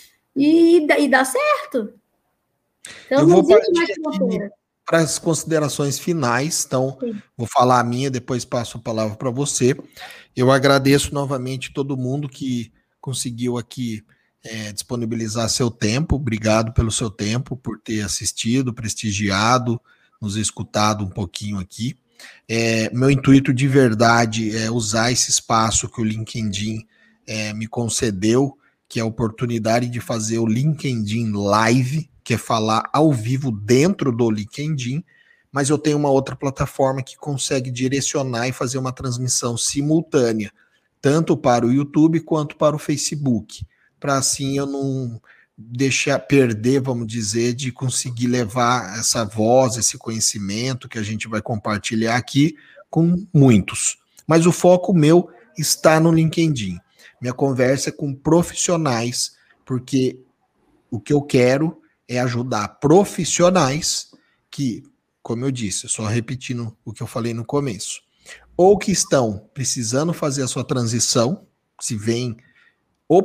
e dá certo. Então, eu vou partir para as considerações finais, então vou falar a minha, depois passo a palavra para você. Eu agradeço novamente todo mundo que conseguiu aqui disponibilizar seu tempo, obrigado pelo seu tempo, por ter assistido, prestigiado, nos escutado um pouquinho aqui. Meu intuito de verdade é usar esse espaço que o LinkedIn me concedeu, que é a oportunidade de fazer o LinkedIn Live, que é falar ao vivo dentro do LinkedIn, mas eu tenho uma outra plataforma que consegue direcionar e fazer uma transmissão simultânea, tanto para o YouTube quanto para o Facebook, para assim eu não deixar perder, vamos dizer, de conseguir levar essa voz, esse conhecimento que a gente vai compartilhar aqui com muitos. Mas o foco meu está no LinkedIn. Minha conversa é com profissionais, porque o que eu quero é ajudar profissionais que, como eu disse, só repetindo o que eu falei no começo, ou que estão precisando fazer a sua transição, se vem ou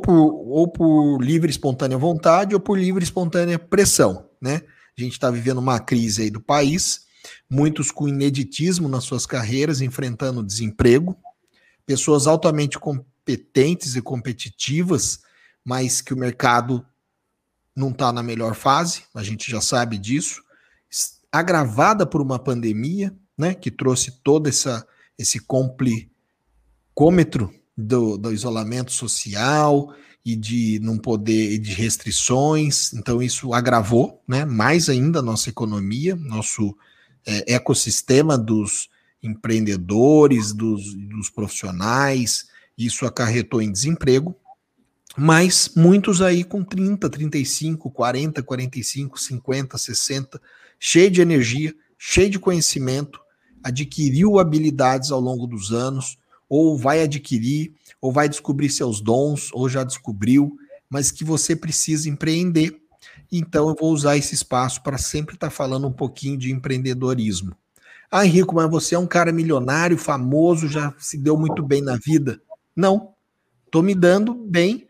por livre e espontânea vontade ou por livre e espontânea pressão, né? A gente está vivendo uma crise aí do país, muitos com ineditismo nas suas carreiras, enfrentando desemprego, pessoas altamente competentes e competitivas, mas que o mercado não está na melhor fase, a gente já sabe disso, agravada por uma pandemia, né, que trouxe todo esse complicômetro do isolamento social e de não poder, de restrições, então isso agravou, né, mais ainda a nossa economia, nosso ecossistema dos empreendedores, dos profissionais, isso acarretou em desemprego, mas muitos aí com 30, 35, 40, 45, 50, 60, cheio de energia, cheio de conhecimento, adquiriu habilidades ao longo dos anos, ou vai adquirir, ou vai descobrir seus dons, ou já descobriu, mas que você precisa empreender. Então eu vou usar esse espaço para sempre estar falando um pouquinho de empreendedorismo. Ah, Henrico, mas você é um cara milionário, famoso, já se deu muito bem na vida. Não, estou me dando bem.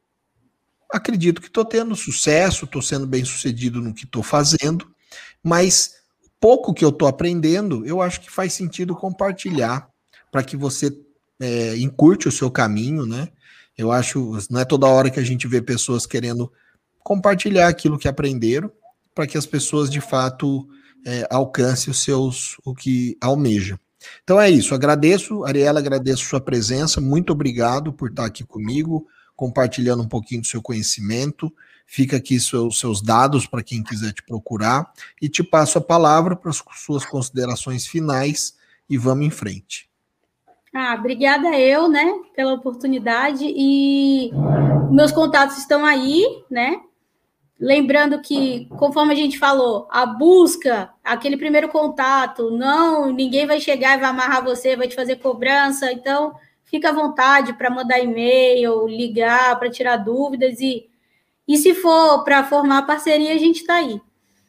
Acredito que estou tendo sucesso, estou sendo bem sucedido no que estou fazendo, mas pouco que eu estou aprendendo, eu acho que faz sentido compartilhar para que você encurte o seu caminho, né? Eu acho, não é toda hora que a gente vê pessoas querendo compartilhar aquilo que aprenderam, para que as pessoas de fato alcancem o que almejam. Então é isso, agradeço, Ariela, agradeço sua presença, muito obrigado por estar aqui comigo, compartilhando um pouquinho do seu conhecimento. Fica aqui seus dados para quem quiser te procurar e te passo a palavra para as suas considerações finais e vamos em frente. Obrigada eu, né, pela oportunidade e meus contatos estão aí, né? Lembrando que, conforme a gente falou, a busca, aquele primeiro contato, ninguém vai chegar e vai amarrar você, vai te fazer cobrança, então fica à vontade para mandar e-mail, ligar, para tirar dúvidas e E se for para formar parceria, a gente está aí.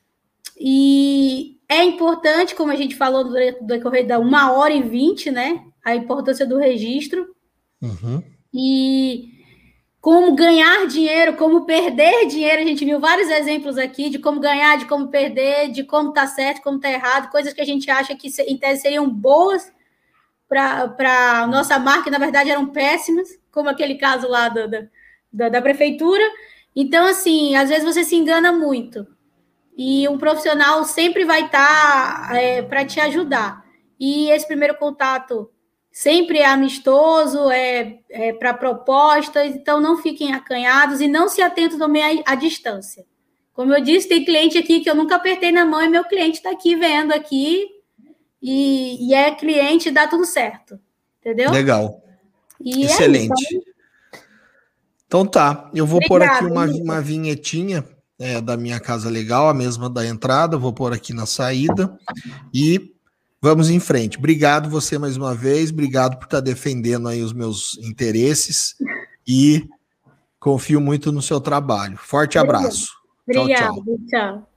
E é importante, como a gente falou no decorrer da 1h20, né? A importância do registro. Uhum. E como ganhar dinheiro, como perder dinheiro. A gente viu vários exemplos aqui de como ganhar, de como perder, de como tá certo, como tá errado, coisas que a gente acha que em tese seriam boas para a nossa marca, e na verdade eram péssimas, como aquele caso lá da prefeitura. Então, assim, às vezes você se engana muito. E um profissional sempre vai estar para te ajudar. E esse primeiro contato sempre é amistoso, para propostas, então não fiquem acanhados e não se atentem também à distância. Como eu disse, tem cliente aqui que eu nunca apertei na mão e meu cliente está aqui vendo aqui e é cliente, dá tudo certo. Entendeu? Legal. E excelente. Então tá, eu vou pôr aqui uma vinhetinha da Minha Casa Legal, a mesma da entrada, vou pôr aqui na saída e vamos em frente. Obrigado você mais uma vez, obrigado por estar defendendo aí os meus interesses e confio muito no seu trabalho. Forte abraço. Obrigado. Tchau, tchau. Tchau.